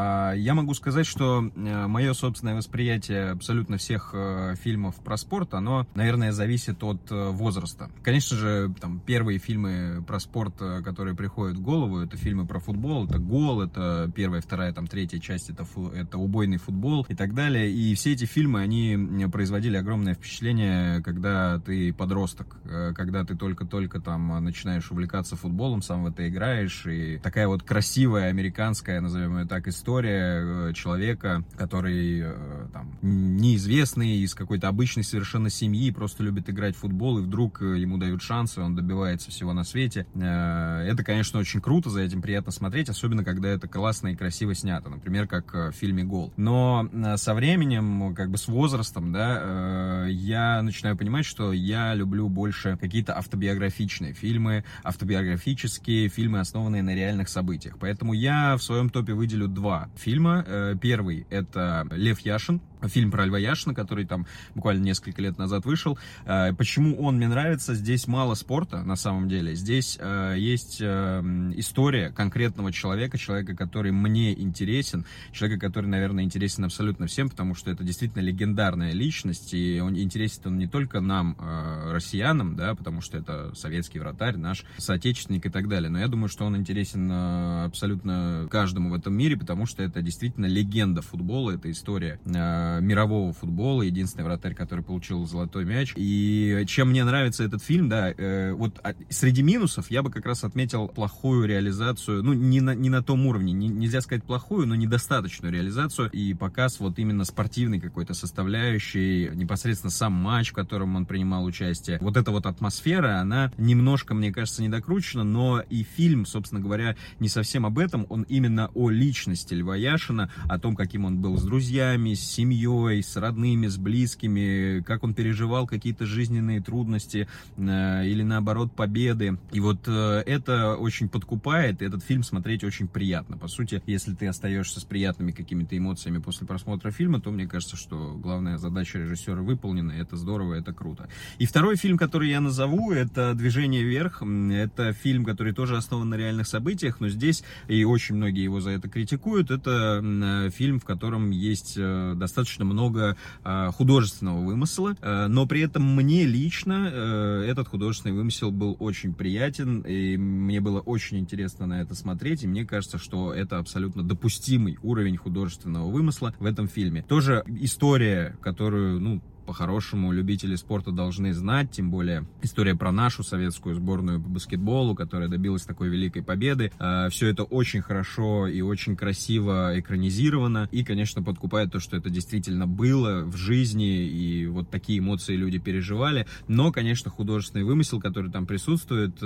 Speaker 10: Я могу сказать, что мое собственное восприятие абсолютно всех фильмов про спорт, оно, наверное, зависит от возраста. Конечно же, там, первые фильмы про спорт, которые приходят в голову, это фильмы про футбол, это «Гол», это первая, вторая, там, третья часть, это, фу, это «Убойный футбол» и так далее. И все эти фильмы, они производили огромное впечатление, когда ты подросток, когда ты только-только там начинаешь увлекаться футболом, сам в это играешь, и такая вот красивая американская, назовем ее так, история человека, который там неизвестный, из какой-то обычной совершенно семьи, просто любит играть в футбол, и вдруг ему дают шанс, и он добивается всего на свете. Это, конечно, очень круто, за этим приятно смотреть, особенно когда это классно и красиво снято, например, как в фильме «Гол». Но со временем, как бы с возрастом, да, я начинаю понимать, что я люблю больше какие-то автобиографичные фильмы, автобиографические фильмы, основанные на реальных событиях. Поэтому я в своем топе выделю два фильма. Первый — это «Лев Яшин», фильм про Льва Яшина, который там буквально несколько лет назад вышел. Почему он мне нравится? Здесь мало спорта, на самом деле. Здесь есть история конкретного человека, человека, который мне интересен, человека, который, наверное, интересен абсолютно всем, потому что это действительно легендарная личность, и он интересен он не только нам, россиянам, да, потому что это советский вратарь, наш соотечественник и так далее, но я думаю, что он интересен абсолютно каждому в этом мире, потому что это действительно легенда футбола, это история мирового футбола, единственный вратарь, который получил золотой мяч. И чем мне нравится этот фильм, да, э, вот а, среди минусов я бы как раз отметил плохую реализацию, ну, не на, не на том уровне, не, нельзя сказать плохую, но недостаточную реализацию и показ вот именно спортивной какой-то составляющей, непосредственно сам матч, в котором он принимал участие. Вот эта вот атмосфера, она немножко, мне кажется, недокручена, но и фильм, собственно говоря, не совсем об этом, он именно о личности Льва Яшина, о том, каким он был с друзьями, с семьей, с родными, с близкими, как он переживал какие-то жизненные трудности э, или наоборот победы. И вот э, это очень подкупает, и этот фильм смотреть очень приятно. По сути, если ты остаешься с приятными какими-то эмоциями после просмотра фильма, то мне кажется, что главная задача режиссера выполнена, это здорово, это круто. И второй фильм, который я назову, это «Движение вверх». Это фильм, который тоже основан на реальных событиях, но здесь, и очень многие его за это критикуют, это э, фильм, в котором есть э, достаточно много э, художественного вымысла, э, но при этом мне лично э, этот художественный вымысел был очень приятен, и мне было очень интересно на это смотреть, и мне кажется, что это абсолютно допустимый уровень художественного вымысла в этом фильме. Тоже история, которую, ну, по-хорошему любители спорта должны знать, тем более история про нашу советскую сборную по баскетболу, которая добилась такой великой победы. Все это очень хорошо и очень красиво экранизировано, и, конечно, подкупает то, что это действительно было в жизни, и вот такие эмоции люди переживали. Но, конечно, художественный вымысел, который там присутствует,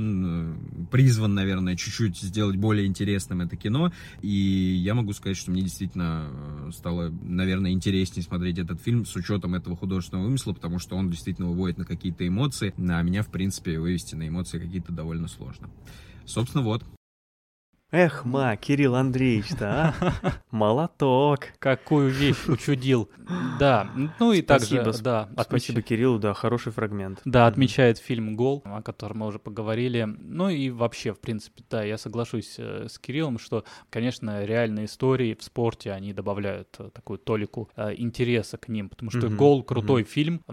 Speaker 10: он призван, наверное, чуть-чуть сделать более интересным это кино, и я могу сказать, что мне действительно стало, наверное, интереснее смотреть этот фильм с учетом этого художественного вымысла, потому что он действительно выводит на какие-то эмоции, а меня, в принципе, вывести на эмоции какие-то довольно сложно. Собственно, вот.
Speaker 1: Эх, ма, Кирилл Андреевич-то, а? Молоток.
Speaker 2: Какую вещь учудил. Да, ну и
Speaker 1: Спасибо,
Speaker 2: также, да.
Speaker 1: Спасибо
Speaker 2: отмеч...
Speaker 1: Кириллу, да, хороший фрагмент.
Speaker 2: Да, отмечает фильм «Гол», о котором мы уже поговорили. Ну и вообще, в принципе, да, я соглашусь э, с Кириллом, что, конечно, реальные истории в спорте, они добавляют э, такую толику э, интереса к ним, потому что mm-hmm. «Гол» — крутой mm-hmm. фильм,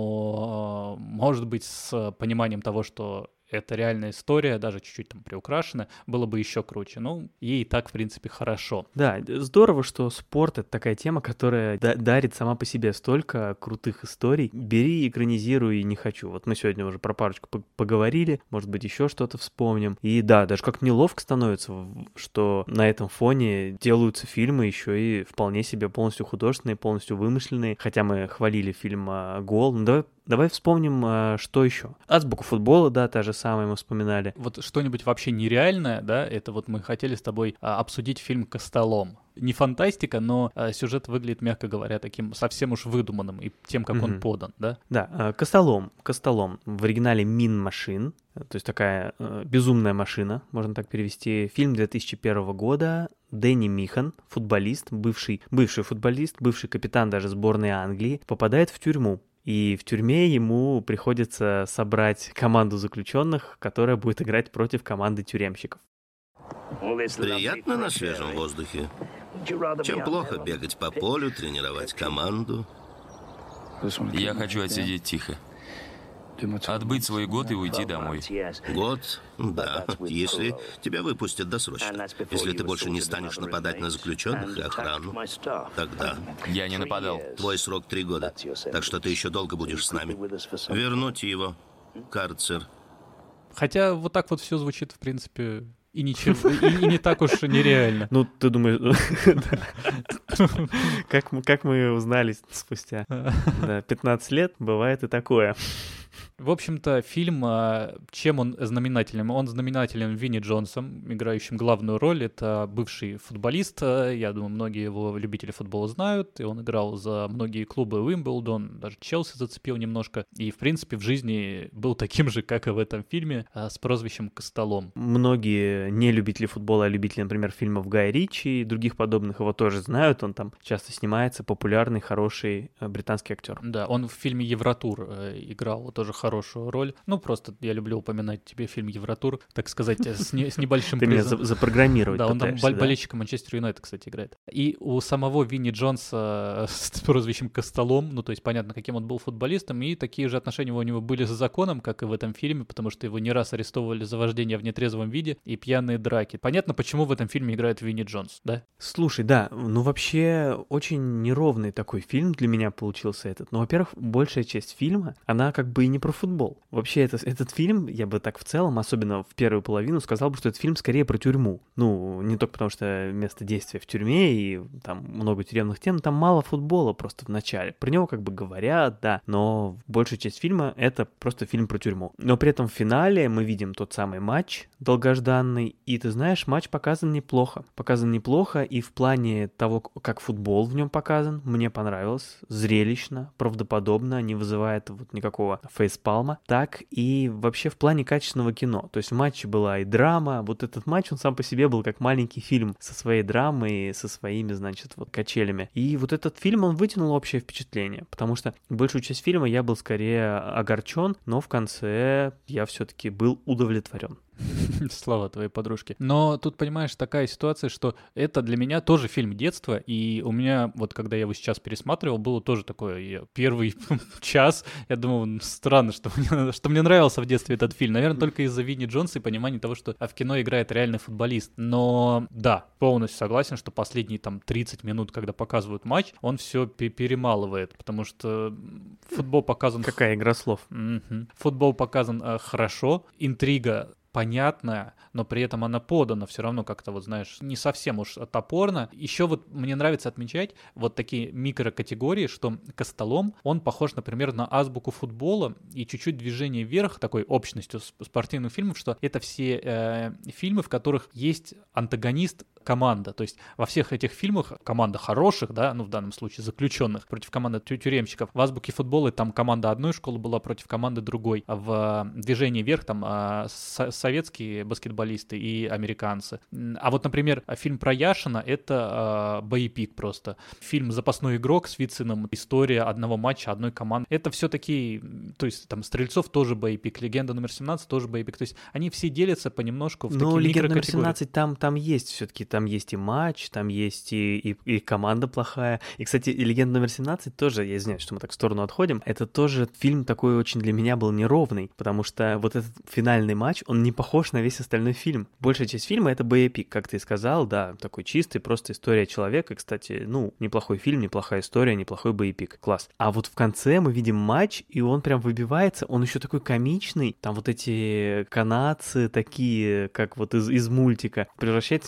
Speaker 2: но, э, может быть, с пониманием того, что это реальная история, даже чуть-чуть там приукрашена, было бы еще круче. Ну, ей и так, в принципе, хорошо.
Speaker 1: Да, здорово, что спорт — это такая тема, которая да- дарит сама по себе столько крутых историй. Бери, экранизируй, не хочу. Вот мы сегодня уже про парочку по- поговорили, может быть, еще что-то вспомним. И да, даже как неловко становится, что на этом фоне делаются фильмы еще и вполне себе полностью художественные, полностью вымышленные. Хотя мы хвалили фильм «Гол». Ну, давай Давай вспомним, что еще. Азбуку футбола, да, та же самая мы вспоминали.
Speaker 2: Вот что-нибудь вообще нереальное, да, это вот мы хотели с тобой а, обсудить фильм «Костолом». Не фантастика, но а, сюжет выглядит, мягко говоря, таким совсем уж выдуманным и тем, как mm-hmm. он подан, да?
Speaker 1: Да, «Костолом», «Костолом» в оригинале «Mean Machine», то есть такая э, безумная машина, можно так перевести. Фильм две тысячи первого года. Дэнни Михан, футболист, бывший, бывший футболист, бывший капитан даже сборной Англии, попадает в тюрьму. И в тюрьме ему приходится собрать команду заключенных, которая будет играть против команды тюремщиков.
Speaker 11: Приятно на свежем воздухе. Чем плохо бегать по полю, тренировать команду.
Speaker 12: Я хочу отсидеть тихо. Отбыть свой год и уйти домой.
Speaker 11: Год? Да, если тебя выпустят досрочно. Если ты больше не станешь нападать на заключенных и охрану, тогда...
Speaker 12: Я не нападал.
Speaker 11: Твой срок три года, так что ты еще долго будешь с нами. Вернуть его. Карцер.
Speaker 2: Хотя вот так вот все звучит, в принципе... И ничего, и, и не так уж нереально.
Speaker 1: Ну, ты думаешь, как мы, как мы узнали спустя да, пятнадцать лет, бывает и такое.
Speaker 2: В общем-то, фильм, чем он знаменателен? Он знаменателен Винни Джонсом, играющим главную роль. Это бывший футболист. Я думаю, многие его любители футбола знают. И он играл за многие клубы Уимблдон, даже Челси зацепил немножко. И, в принципе, в жизни был таким же, как и в этом фильме, с прозвищем Костолом.
Speaker 1: Многие не любители футбола, а любители, например, фильмов Гая Ричи и других подобных его тоже знают. Он там часто снимается, популярный, хороший британский актер.
Speaker 2: Да, он в фильме «Евротур» играл тоже хороший. Хорошую роль. Ну, просто я люблю упоминать тебе фильм «Евротур», так сказать, с, не, с небольшим
Speaker 1: Ты
Speaker 2: призом.
Speaker 1: меня запрограммировать
Speaker 2: Да, он там бол-
Speaker 1: да?
Speaker 2: болельщика Манчестер Юнайтед, кстати, играет. И у самого Винни Джонса с прозвищем Костолом, ну, то есть понятно, каким он был футболистом, и такие же отношения у него были с законом, как и в этом фильме, потому что его не раз арестовывали за вождение в нетрезвом виде и пьяные драки. Понятно, почему в этом фильме играет Винни Джонс, да?
Speaker 1: Слушай, да, ну вообще очень неровный такой фильм для меня получился этот. Ну, во-первых, большая часть фильма, она как бы и не про футбол. Вообще, это, этот фильм, я бы так в целом, особенно в первую половину, сказал бы, что этот фильм скорее про тюрьму. Ну, не только потому, что место действия в тюрьме, и там много тюремных тем, там мало футбола просто в начале. Про него как бы говорят, да, но большая часть фильма — это просто фильм про тюрьму. Но при этом в финале мы видим тот самый матч долгожданный, и ты знаешь, матч показан неплохо. Показан неплохо, и в плане того, как футбол в нем показан, мне понравилось. Зрелищно, правдоподобно, не вызывает вот никакого фейспалма. Так и вообще в плане качественного кино. То есть в матче была и драма. Вот этот матч, он сам по себе был как маленький фильм со своей драмой, со своими, значит, вот качелями. И вот этот фильм, он вытянул общее впечатление, потому что большую часть фильма я был скорее огорчен, но в конце я все-таки был удовлетворен.
Speaker 2: Слава твоей подружке. Но тут, понимаешь, такая ситуация, что это для меня тоже фильм детства, и у меня, вот когда я его сейчас пересматривал, было тоже такое, первый час, я думал, странно, что мне, что мне нравился в детстве этот фильм. Наверное, только из-за Винни Джонса и понимания того, что в кино играет реальный футболист. Но да, полностью согласен, что последние там тридцать минут, когда показывают матч, он все перемалывает, потому что футбол показан...
Speaker 1: Какая игра слов.
Speaker 2: Угу. Футбол показан э, хорошо, интрига понятная, но при этом она подана все равно как-то, вот знаешь, не совсем уж топорно. Еще вот мне нравится отмечать вот такие микрокатегории, что Костолом, он похож, например, на азбуку футбола и чуть-чуть движение вверх такой общностью спортивных фильмов, что это все э, фильмы, в которых есть антагонист команда. То есть во всех этих фильмах команда хороших, да, ну в данном случае заключенных против команды тюремщиков. В азбуке футбола там команда одной школы была против команды другой. А в движении вверх там а, с- советские баскетболисты и американцы. А вот, например, фильм про Яшина — это а, боепик просто. Фильм «Запасной игрок» с Вициным, история одного матча, одной команды. Это все-таки, то есть там Стрельцов тоже боепик, «Легенда номер семнадцать» тоже боепик. То есть они все делятся понемножку в
Speaker 1: Но
Speaker 2: такие
Speaker 1: «Легенда номер
Speaker 2: микрокатегории.
Speaker 1: семнадцать» там, там есть все-таки, там есть и матч, там есть и, и, и команда плохая. И, кстати, «Легенда номер семнадцать» тоже, я извиняюсь, что мы так в сторону отходим, это тоже фильм такой очень для меня был неровный, потому что вот этот финальный матч, он не похож на весь остальной фильм. Большая часть фильма — это боепик, как ты сказал, да, такой чистый, просто история человека. Кстати, ну, неплохой фильм, неплохая история, неплохой боепик. Класс. А вот в конце мы видим матч, и он прям выбивается, он еще такой комичный, там вот эти канадцы такие, как вот из, из мультика, превращается немножко в пародию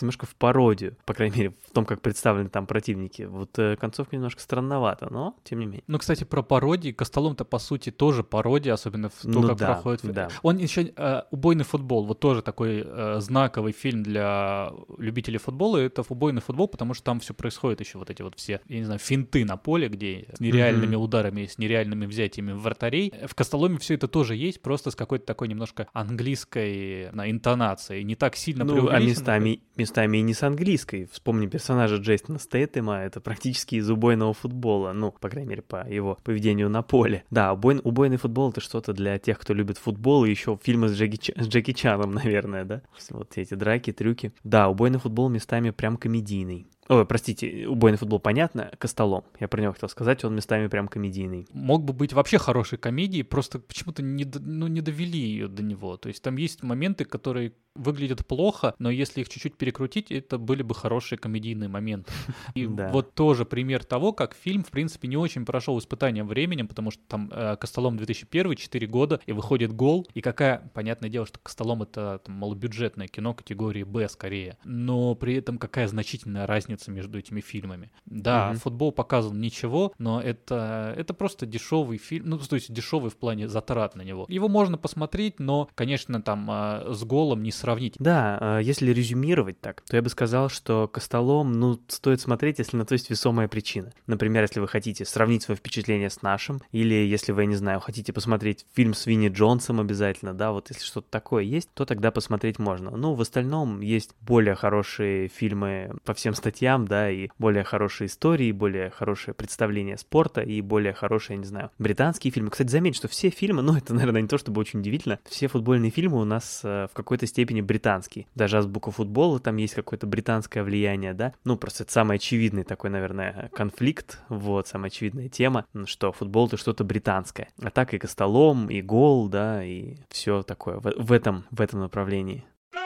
Speaker 1: пародию, по крайней мере, в том, как представлены там противники. Вот э, концовка немножко странновата, но тем не менее.
Speaker 2: Ну, кстати, про пародии. «Костолом»-то, по сути, тоже пародия, особенно в то,
Speaker 1: Ну
Speaker 2: как
Speaker 1: да,
Speaker 2: проходит...
Speaker 1: да.
Speaker 2: Он еще... Э, «Убойный футбол», вот тоже такой э, знаковый фильм для любителей футбола. Это «Убойный футбол», потому что там все происходит еще вот эти вот все, я не знаю, финты на поле, где с нереальными mm-hmm. ударами, с нереальными взятиями вратарей. В «Костоломе» все это тоже есть, просто с какой-то такой немножко английской на, интонацией. Не так сильно
Speaker 1: ну,
Speaker 2: преувеличено.
Speaker 1: А местами, местами и не с английской. Вспомни персонажа Джейсона Стэйтема, это практически из «Убойного футбола», ну, по крайней мере, по его поведению на поле. Да, убой, «Убойный футбол» — это что-то для тех, кто любит футбол, и еще фильмы с Джеки, Ч... с Джеки Чаном, наверное, да? Вот эти драки, трюки. Да, «Убойный футбол» местами прям комедийный. Ой, простите, «Убойный футбол» понятно, «Костолом». Я про него хотел сказать, он местами прям комедийный.
Speaker 2: Мог бы быть вообще хорошей комедией, просто почему-то не, до, ну, не довели ее до него. То есть там есть моменты, которые выглядят плохо, но если их чуть-чуть перекрутить, это были бы хорошие комедийные моменты. И
Speaker 1: да.
Speaker 2: Вот тоже пример того, как фильм, в принципе, не очень прошел испытанием временем, потому что там э, «Костолом» две тысячи первый, четыре года, и выходит «Гол», и какая, понятное дело, что «Костолом» — это там, малобюджетное кино категории «Б» скорее, но при этом какая значительная разница между этими фильмами. Да, mm-hmm. футбол показан ничего, но это, это просто дешевый фильм, ну, то есть дешевый в плане затрат на него. Его можно посмотреть, но, конечно, там э, с «Голом» не сравнить.
Speaker 1: Да, если резюмировать так, то я бы сказал, что «Костолом», ну, стоит смотреть, если на то есть весомая причина. Например, если вы хотите сравнить свое впечатление с нашим, или если вы, я не знаю, хотите посмотреть фильм с Винни Джонсом обязательно, да, вот если что-то такое есть, то тогда посмотреть можно. Ну, в остальном есть более хорошие фильмы по всем статьям, да, и более хорошие истории, более хорошее представление спорта, и более хорошие, я не знаю, британские фильмы. Кстати, заметь, что все фильмы, ну, это, наверное, не то чтобы очень удивительно, все футбольные фильмы у нас э, в какой-то степени британские. Даже «Азбука футбола», там есть какое-то британское влияние, да. Ну, просто это самый очевидный такой, наверное, конфликт, вот, самая очевидная тема, что футбол — это что-то британское. А так и «Костолом», и «Гол», да, и все такое в, в этом, в этом направлении.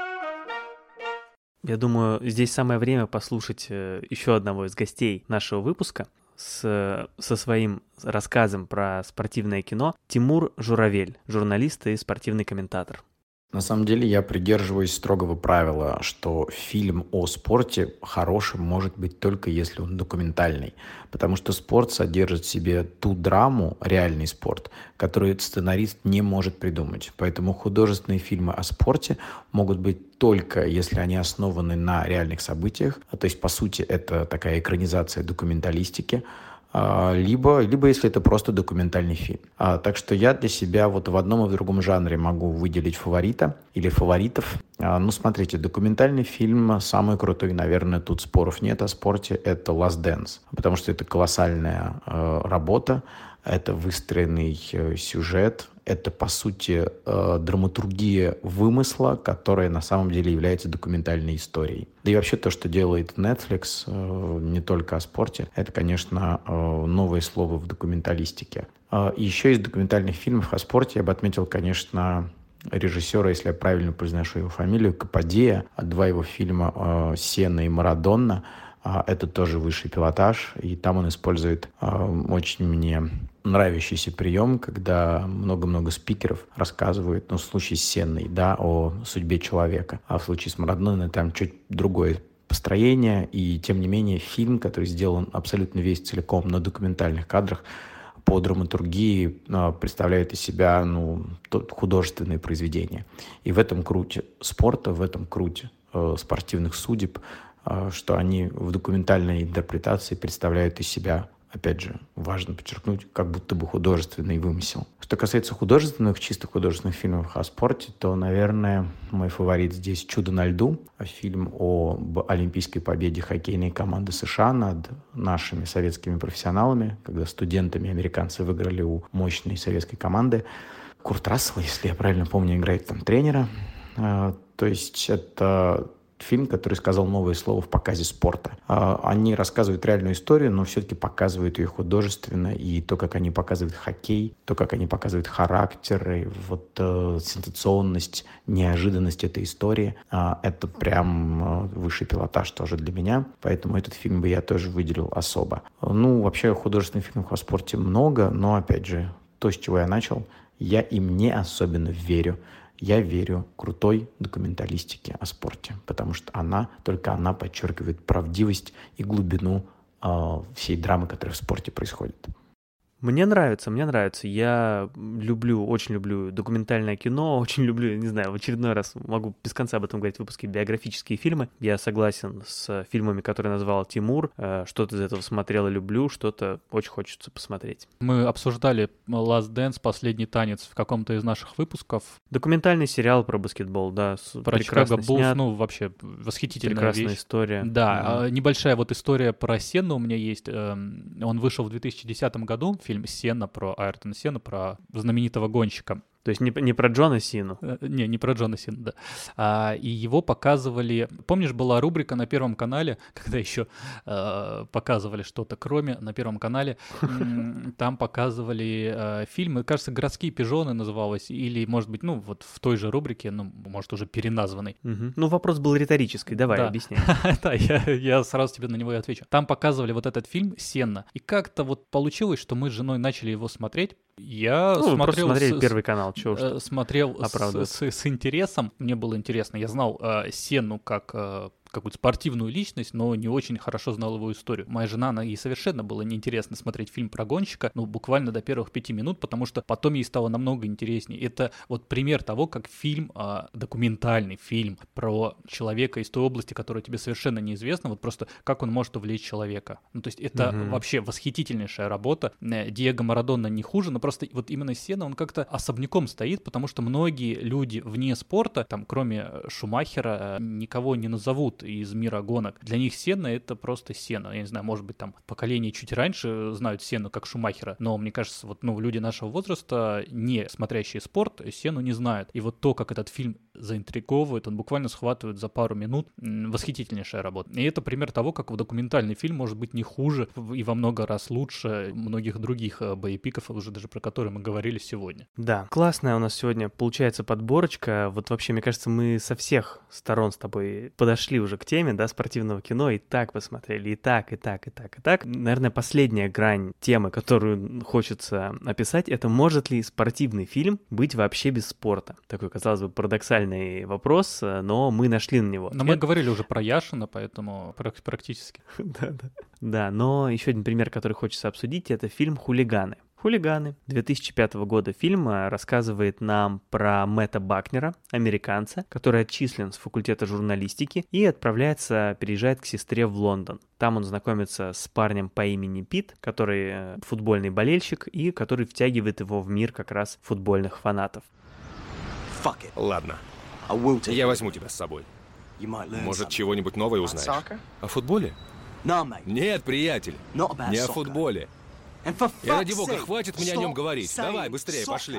Speaker 1: Я думаю, здесь самое время послушать еще одного из гостей нашего выпуска с, со своим рассказом про спортивное кино. Тимур Журавель, журналист и спортивный комментатор.
Speaker 13: На самом деле я придерживаюсь строгого правила, что фильм о спорте хорошим может быть только если он документальный, потому что спорт содержит в себе ту драму, реальный спорт, которую сценарист не может придумать. Поэтому художественные фильмы о спорте могут быть только если они основаны на реальных событиях, то есть по сути это такая экранизация документалистики, либо, либо если это просто документальный фильм. А, так что я для себя вот в одном и в другом жанре могу выделить фаворита или фаворитов. А, ну, смотрите, документальный фильм самый крутой, наверное, тут споров нет о спорте, это «Last Dance», потому что это колоссальная э, работа, это выстроенный э, сюжет, это, по сути, э, драматургия вымысла, которая на самом деле является документальной историей. Да и вообще то, что делает Netflix, э, не только о спорте, это, конечно, э, новое слово в документалистике. Э, и еще из документальных фильмов о спорте я бы отметил, конечно, режиссера, если я правильно произношу его фамилию, Каппадия. Два его фильма э, «Сена» и «Марадонна». Э, это тоже высший пилотаж, и там он использует э, очень мне нравящийся прием, когда много-много спикеров рассказывают, ну, в случае с Сенной, да, о судьбе человека, а в случае с Марадоной там чуть другое построение, и тем не менее фильм, который сделан абсолютно весь целиком на документальных кадрах, по драматургии представляет из себя, ну, художественные произведения. И в этом круте спорта, в этом круте э, спортивных судеб, э, что они в документальной интерпретации представляют из себя, опять же, важно подчеркнуть, как будто бы художественный вымысел. Что касается художественных, чисто художественных фильмов о спорте, то, наверное, мой фаворит здесь «Чудо на льду», фильм об олимпийской победе хоккейной команды США над нашими советскими профессионалами, когда студентами американцы выиграли у мощной советской команды. Курт Рассел, если я правильно помню, играет там тренера. То есть это фильм, который сказал новое слово в показе спорта. Они рассказывают реальную историю, но все-таки показывают ее художественно, и то, как они показывают хоккей, то, как они показывают характеры, вот э, сенсационность, неожиданность этой истории, э, это прям э, высший пилотаж тоже для меня, поэтому этот фильм бы я тоже выделил особо. Ну, вообще художественных фильмов о спорте много, но, опять же, то, с чего я начал, я им не особенно верю. Я верю крутой документалистике о спорте, потому что она, только она подчеркивает правдивость и глубину э, всей драмы, которая в спорте происходит.
Speaker 1: Мне нравится, мне нравится. Я люблю, очень люблю документальное кино, очень люблю, не знаю, в очередной раз могу без конца об этом говорить в выпуске, биографические фильмы. Я согласен с фильмами, которые назвал Тимур. Что-то из этого смотрел и люблю, что-то очень хочется посмотреть.
Speaker 2: Мы обсуждали Last Dance, последний танец в каком-то из наших выпусков.
Speaker 1: Документальный сериал про баскетбол, да,
Speaker 2: про
Speaker 1: прекрасно
Speaker 2: Чикаго Буллс,
Speaker 1: снят.
Speaker 2: ну, вообще восхитительная
Speaker 1: Прекрасная
Speaker 2: вещь.
Speaker 1: история.
Speaker 2: Да,
Speaker 1: Mm-hmm.
Speaker 2: небольшая вот история про Сенну у меня есть. Он вышел в две тысячи десятом году, фильм «Сенна», про Айртона Сенна, про знаменитого гонщика.
Speaker 1: То есть не, не про Джона Сину?
Speaker 2: Не, не про Джона Сину, да. А, и его показывали... Помнишь, была рубрика на Первом канале, когда еще э, показывали что-то, кроме на Первом канале, там показывали э, фильмы, кажется, «Городские пижоны» называлось, или, может быть, ну, вот в той же рубрике, ну, может, уже переназванной.
Speaker 1: Угу. Ну, вопрос был риторический, давай,
Speaker 2: да.
Speaker 1: объясняй.
Speaker 2: Да, я, я сразу тебе на него и отвечу. Там показывали вот этот фильм «Сенна», и как-то вот получилось, что мы с женой начали его смотреть. Я
Speaker 1: ну,
Speaker 2: смотрел...
Speaker 1: смотрели
Speaker 2: с,
Speaker 1: Первый канал, чего
Speaker 2: э, Смотрел с, с, с интересом, мне было интересно. Я знал э, Сенну как... Э, какую-то спортивную личность, но не очень хорошо знал его историю. Моя жена, она, ей совершенно было неинтересно смотреть фильм про гонщика, ну, буквально до первых пяти минут, потому что потом ей стало намного интереснее. Это вот пример того, как фильм, а, документальный фильм про человека из той области, которая тебе совершенно неизвестна, вот просто как он может увлечь человека. Ну, то есть это mm-hmm. вообще восхитительнейшая работа. Диего Марадона не хуже, но просто вот именно Сенна, он как-то особняком стоит, потому что многие люди вне спорта, там, кроме Шумахера, никого не назовут из мира гонок. Для них Сенна — это просто Сенна. Я не знаю, может быть, там поколение чуть раньше знают Сенну как Шумахера, но мне кажется, вот, ну, люди нашего возраста, не смотрящие спорт, Сенну не знают. И вот то, как этот фильм заинтриговывает, он буквально схватывает за пару минут. Восхитительнейшая работа. И это пример того, как в документальный фильм может быть не хуже и во много раз лучше многих других боепиков, уже даже про которые мы говорили сегодня.
Speaker 1: Да, классная у нас сегодня получается подборочка. Вот вообще, мне кажется, мы со всех сторон с тобой подошли уже к теме, да, спортивного кино, и так посмотрели, и так, и так, и так, и так. Наверное, последняя грань темы, которую хочется описать, это может ли спортивный фильм быть вообще без спорта? Такой, казалось бы, парадоксальный вопрос, но мы нашли на него.
Speaker 2: Но мы говорили уже про Яшина, поэтому практически.
Speaker 1: Да, да. Да, но еще один пример, который хочется обсудить, это фильм «Хулиганы». «Хулиганы» две тысячи пятого года фильм рассказывает нам про Мэтта Бакнера, американца, который отчислен с факультета журналистики и отправляется, переезжает к сестре в Лондон. Там он знакомится с парнем по имени Пит, который футбольный болельщик и который втягивает его в мир как раз футбольных фанатов.
Speaker 14: Ладно, я возьму тебя с собой. Может, чего-нибудь новое узнаешь? О футболе? Нет, приятель, не о футболе. И ради бога, хватит мне о нем говорить. Давай, быстрее, пошли.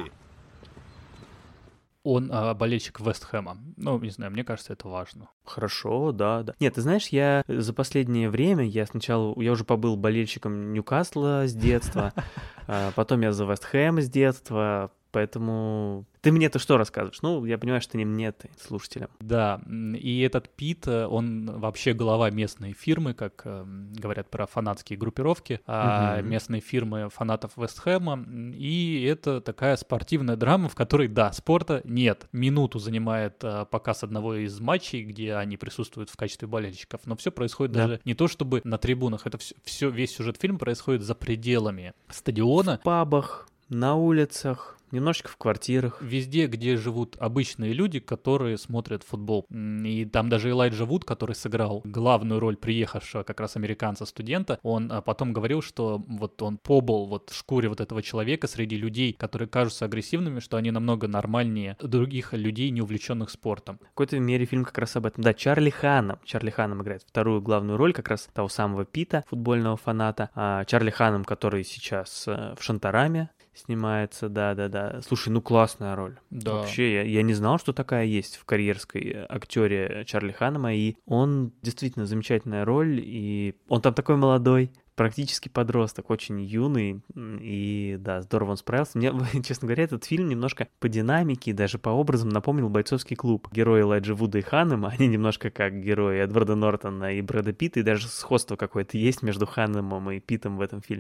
Speaker 2: Он а, болельщик Вест Хэма. Ну, не знаю, мне кажется, это важно.
Speaker 1: Хорошо, да, да. Нет, ты знаешь, я за последнее время, я сначала, я уже побыл болельщиком Ньюкасла с детства, потом я за Вест Хэм с детства, поэтому... Ты мне-то что рассказываешь? Ну, я понимаю, что не мне, ты слушателям.
Speaker 2: Да, и этот Пит, он вообще глава местной фирмы, как э, говорят про фанатские группировки, а угу. местной фирмы фанатов Вест Хэма, и это такая спортивная драма, в которой, да, спорта нет. Минуту занимает э, показ одного из матчей, где они присутствуют в качестве болельщиков, но все происходит да. даже не то чтобы на трибунах, это все, все, весь сюжет фильма происходит за пределами стадиона.
Speaker 1: В пабах, на улицах. Немножечко в квартирах.
Speaker 2: Везде, где живут обычные люди, которые смотрят футбол. И там даже Элайджа Вуд, который сыграл главную роль приехавшего как раз американца-студента, он потом говорил, что вот он побыл вот в шкуре вот этого человека среди людей, которые кажутся агрессивными, что они намного нормальнее других людей, не увлеченных спортом.
Speaker 1: В какой-то мере фильм как раз об этом. Да, Чарли Ханнам. Чарли Ханнам играет вторую главную роль как раз того самого Пита, футбольного фаната. А Чарли Ханнам, который сейчас в «Шантараме» снимается, да-да-да. Слушай, ну классная роль.
Speaker 2: Да.
Speaker 1: Вообще, я, я не знал, что такая есть в карьерской актере Чарли Ханнама, и он действительно замечательная роль, и он там такой молодой, практически подросток, очень юный, и да, здорово он справился. Мне, честно говоря, этот фильм немножко по динамике и даже по образам напомнил «Бойцовский клуб». Герои Элайджа Вуда и Ханнама, они немножко как герои Эдварда Нортона и Брэда Питта, и даже сходство какое-то есть между Ханнамом и Питтом в этом фильме.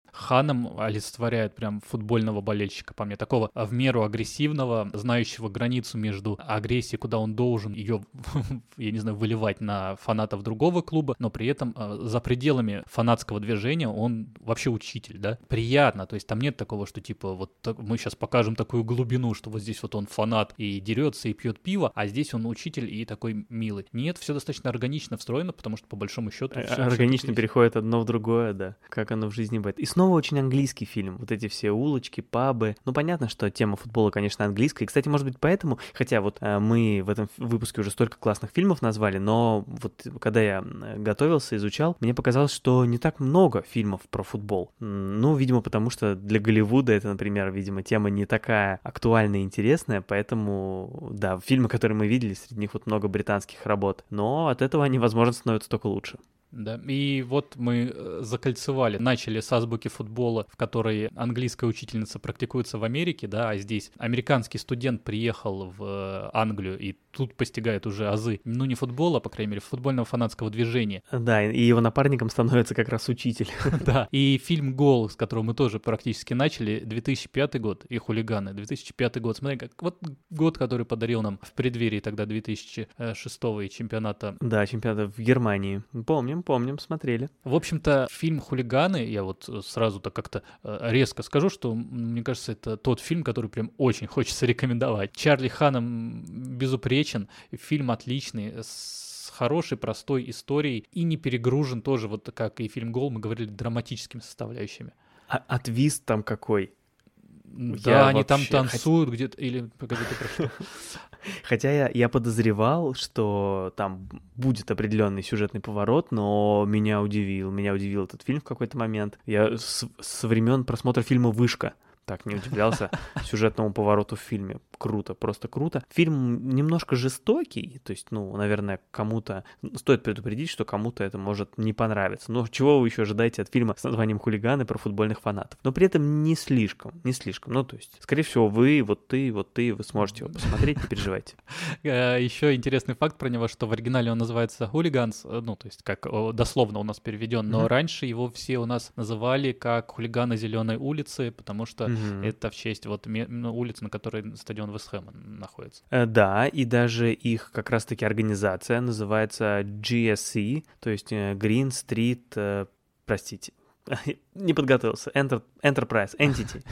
Speaker 2: Ханом олицетворяет прям футбольного болельщика, по мне, такого в меру агрессивного, знающего границу между агрессией, куда он должен ее, я не знаю, выливать на фанатов другого клуба, но при этом за пределами фанатского движения он вообще учитель, да, приятно, то есть там нет такого, что типа вот мы сейчас покажем такую глубину, что вот здесь вот он фанат и дерется, и пьет пиво, а здесь он учитель и такой милый. Нет, все достаточно органично встроено, потому что по большому счету... Все,
Speaker 1: органично
Speaker 2: все
Speaker 1: переходит одно в другое, да, как оно в жизни бывает. И снова очень английский фильм, вот эти все улочки, пабы. Ну, понятно, что тема футбола, конечно, английская. И, кстати, может быть, поэтому, хотя вот э, мы в этом выпуске уже столько классных фильмов назвали, но вот когда я готовился, изучал, мне показалось, что не так много фильмов про футбол. Ну, видимо, потому что для Голливуда это, например, видимо, тема не такая актуальная и интересная, поэтому, да, фильмы, которые мы видели, среди них вот много британских работ, но от этого они, возможно, становятся только лучше.
Speaker 2: Да, и вот мы закольцевали, начали с азбуки футбола, в которой английская учительница практикуется в Америке, да, а здесь американский студент приехал в Англию и тут постигает уже азы, ну не футбола, по крайней мере, футбольного фанатского движения.
Speaker 1: Да, и его напарником становится как раз учитель.
Speaker 2: Да, и фильм «Гол», с которого мы тоже практически начали, две тысячи пятый год, и «Хулиганы», две тысячи пятый год, смотри, как вот год, который подарил нам в преддверии тогда две тысячи шестого и чемпионата.
Speaker 1: Да, чемпионата в Германии, помним. Помним, смотрели.
Speaker 2: В общем-то, фильм «Хулиганы», я вот сразу-то как-то резко скажу, что, мне кажется, это тот фильм, который прям очень хочется рекомендовать. Чарли Ханом безупречен, фильм отличный, с хорошей, простой историей и не перегружен тоже, вот как и фильм «Гол», мы говорили, драматическими составляющими.
Speaker 1: А, а твист там какой?
Speaker 2: Да, я они там танцуют хот... где-то, или, погоди, ты про что?
Speaker 1: Хотя я, я подозревал, что там будет определенный сюжетный поворот, но меня удивил, меня удивил этот фильм в какой-то момент. Я с, со времен просмотра фильма «Вышка» так не удивлялся сюжетному повороту в фильме. Круто, просто круто. Фильм немножко жестокий, то есть, ну, наверное, кому-то... Стоит предупредить, что кому-то это может не понравиться. Но чего вы еще ожидаете от фильма с названием «Хулиганы» про футбольных фанатов? Но при этом не слишком, не слишком. Ну, то есть, скорее всего, вы, вот ты, вот ты, вы сможете его посмотреть, не переживайте.
Speaker 2: Еще интересный факт про него, что в оригинале он называется «Хулиганс», ну, то есть, как дословно у нас переведен, но раньше его все у нас называли как «Хулиганы Зеленой улицы», потому что mm-hmm. это в честь вот улицы, на которой стадион Вест Хэма находится.
Speaker 1: Да, и даже их как раз-таки организация называется джи эс си, то есть Green Street, простите, не подготовился, Enter, Enterprise, Entity,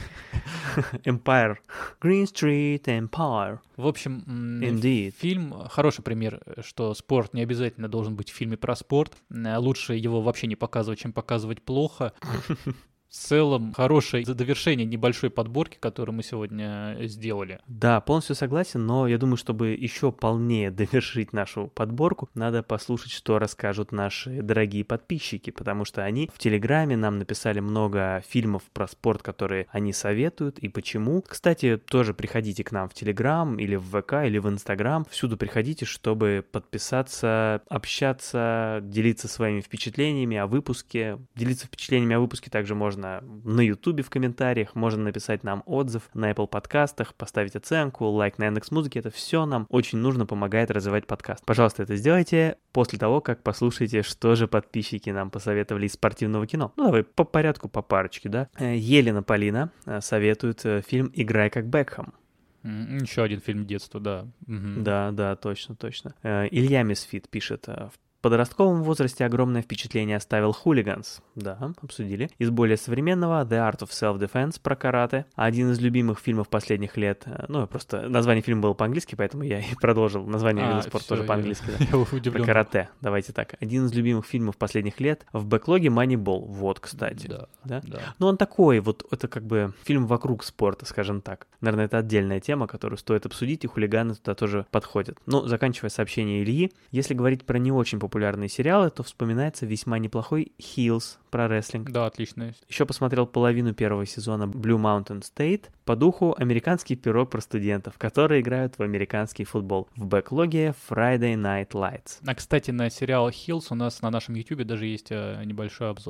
Speaker 1: Empire, Green Street Empire.
Speaker 2: В общем,
Speaker 1: Indeed.
Speaker 2: Фильм хороший пример, что спорт не обязательно должен быть в фильме про спорт. Лучше его вообще не показывать, чем показывать плохо. В целом, хорошее довершение небольшой подборки, которую мы сегодня сделали.
Speaker 1: Да, полностью согласен, но я думаю, чтобы еще полнее довершить нашу подборку, надо послушать, что расскажут наши дорогие подписчики, потому что они в Телеграме нам написали много фильмов про спорт, которые они советуют и почему. Кстати, тоже приходите к нам в Телеграм или в ВК или в Инстаграм, всюду приходите, чтобы подписаться, общаться, делиться своими впечатлениями о выпуске. Делиться впечатлениями о выпуске также можно на Ютубе в комментариях, можно написать нам отзыв на Apple подкастах, поставить оценку, лайк на Яндекс.Музыке. Это все нам очень нужно, помогает развивать подкаст. Пожалуйста, это сделайте после того, как послушаете, что же подписчики нам посоветовали из спортивного кино. Ну, давай по порядку, по парочке, да. Елена Полина советует фильм «Играй как Бекхэм».
Speaker 2: Еще один фильм детства, да. Угу.
Speaker 1: Да, да, точно, точно. Илья Мисфит пишет: в подростковом возрасте огромное впечатление оставил «Хулиганс». Да, обсудили. Из более современного «The Art of Self-Defense» про карате. Один из любимых фильмов последних лет. Ну, просто название фильма было по-английски, поэтому я и продолжил. Название вида спорта тоже по-английски.
Speaker 2: Я,
Speaker 1: да.
Speaker 2: я удивлен.
Speaker 1: Про карате. Давайте так. Один из любимых фильмов последних лет. В бэклоге «Moneyball». Вот, кстати.
Speaker 2: Да,
Speaker 1: да?
Speaker 2: да.
Speaker 1: Но он такой, вот это как бы фильм вокруг спорта, скажем так. Наверное, это отдельная тема, которую стоит обсудить, и «Хулиганы» туда тоже подходят. Ну, заканчивая сообщение Ильи, если говорить про не очень популярные сериалы, то вспоминается весьма неплохой «Heels» про рестлинг.
Speaker 2: Да, отлично.
Speaker 1: Еще посмотрел половину первого сезона Blue Mountain State. По духу американский пирог про студентов, которые играют в американский футбол. В бэклоге Friday Night Lights.
Speaker 2: А, кстати, на сериал «Heels» у нас на нашем YouTube даже есть небольшой обзор.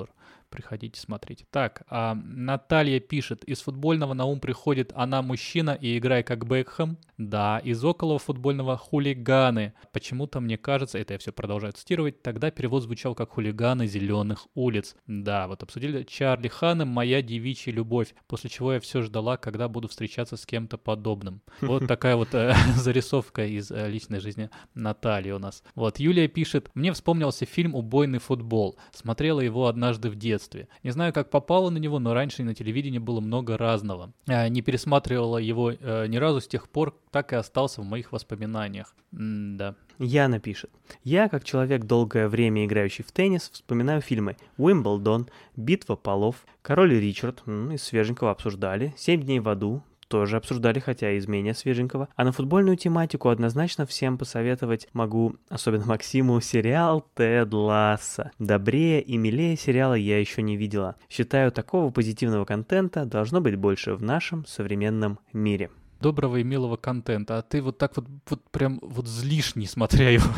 Speaker 2: приходите, смотрите. Так, а Наталья пишет, из футбольного на ум приходит «Она мужчина и играй как Бекхэм». Да, из около футбольного «Хулиганы». Почему-то мне кажется, это я все продолжаю цитировать, тогда перевод звучал как «Хулиганы зеленых улиц». Да, вот обсудили Чарли Ханнем «Моя девичья любовь», после чего я все ждала, когда буду встречаться с кем-то подобным. Вот такая вот э, зарисовка из э, личной жизни Натальи у нас. Вот, Юлия пишет, мне вспомнился фильм «Убойный футбол». Смотрела его однажды в детстве. Не знаю, как попала на него, но раньше на телевидении было много разного. Э, не пересматривала его э, ни разу с тех пор, так и остался в моих воспоминаниях. М-да.
Speaker 1: Яна пишет. Я, как человек, долгое время играющий в теннис, вспоминаю фильмы «Уимблдон», «Битва полов», «Король и Ричард», м, из свеженького обсуждали, «Семь дней в аду», тоже обсуждали, хотя из менее свеженького. А на футбольную тематику однозначно всем посоветовать могу, особенно Максиму, сериал «Тед Лассо». Добрее и милее сериала я еще не видела. Считаю, такого позитивного контента должно быть больше в нашем современном мире.
Speaker 2: Доброго и милого контента, а ты вот так вот, вот прям вот злишь, не смотря его.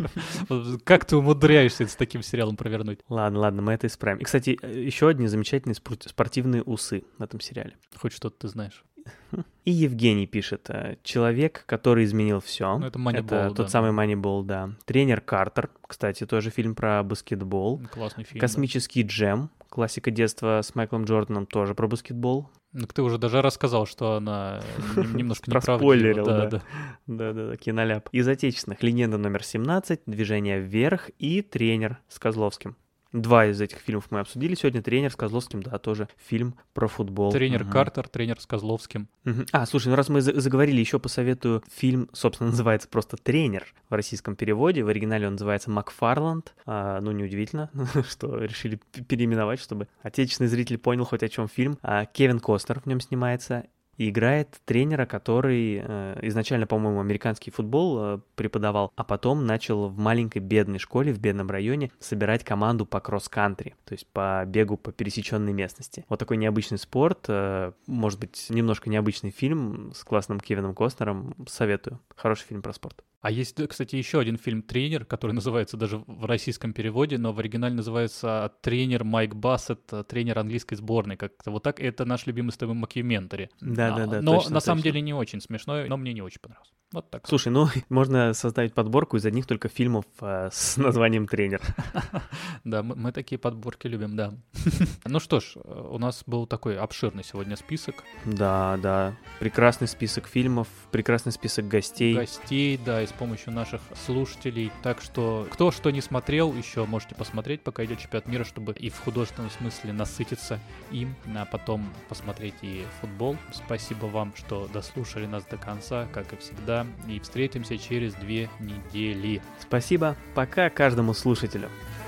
Speaker 2: Как ты умудряешься с таким сериалом провернуть?
Speaker 1: Ладно, ладно, мы это исправим. И, кстати, еще одни замечательные спортивные усы в этом сериале.
Speaker 2: Хоть что-то ты знаешь.
Speaker 1: И Евгений пишет, человек, который изменил все.
Speaker 2: Ну, это Moneyball,
Speaker 1: это
Speaker 2: да.
Speaker 1: тот самый Moneyball, да. Тренер Картер, кстати, тоже фильм про баскетбол.
Speaker 2: Классный фильм.
Speaker 1: Космический да. джем, классика детства с Майклом Джорданом, тоже про баскетбол.
Speaker 2: Ну, ты уже даже рассказал, что она немножко неправдива.
Speaker 1: Проспойлерил, да. Да-да-да, киноляп. Из отечественных «Легенда номер семнадцать», «Движение вверх» и «Тренер» с Козловским. Два из этих фильмов мы обсудили сегодня. «Тренер» с Козловским, да, тоже фильм про футбол.
Speaker 2: «Тренер
Speaker 1: угу.
Speaker 2: Картер», «Тренер с Козловским».
Speaker 1: Угу. А, слушай, ну раз мы заговорили, еще посоветую фильм, собственно, называется просто «Тренер» в российском переводе. В оригинале он называется «Макфарланд». А, ну, неудивительно, что решили переименовать, чтобы отечественный зритель понял хоть о чем фильм. А, Кевин Костнер в нем снимается. И играет тренера, который э, изначально, по-моему, американский футбол э, преподавал, а потом начал в маленькой бедной школе в бедном районе собирать команду по кросс-кантри, то есть по бегу по пересеченной местности. Вот такой необычный спорт, э, может быть, немножко необычный фильм с классным Кевином Костнером, советую. Хороший фильм про спорт.
Speaker 2: А есть, кстати, еще один фильм «Тренер», который называется даже в российском переводе, но в оригинале называется «Тренер Майк Бассет», тренер английской сборной. Как-то вот так. Это наш любимый с тобой мокюментари.
Speaker 1: Да-да-да,
Speaker 2: Но
Speaker 1: точно,
Speaker 2: на самом
Speaker 1: точно.
Speaker 2: деле не очень смешной, но мне не очень понравился. Вот так.
Speaker 1: Слушай, ну можно составить подборку из одних только фильмов э, с названием «Тренер».
Speaker 2: Да, мы такие подборки любим, да. Ну что ж, у нас был такой обширный сегодня список.
Speaker 1: Да, да. Прекрасный список фильмов, прекрасный список гостей.
Speaker 2: Гостей, да, и с помощью наших слушателей. Так что, кто что не смотрел, еще можете посмотреть, пока идет чемпионат мира, чтобы и в художественном смысле насытиться им, а потом посмотреть и футбол. Спасибо вам, что дослушали нас до конца, как и всегда. И встретимся через две недели.
Speaker 1: Спасибо. Пока каждому слушателю.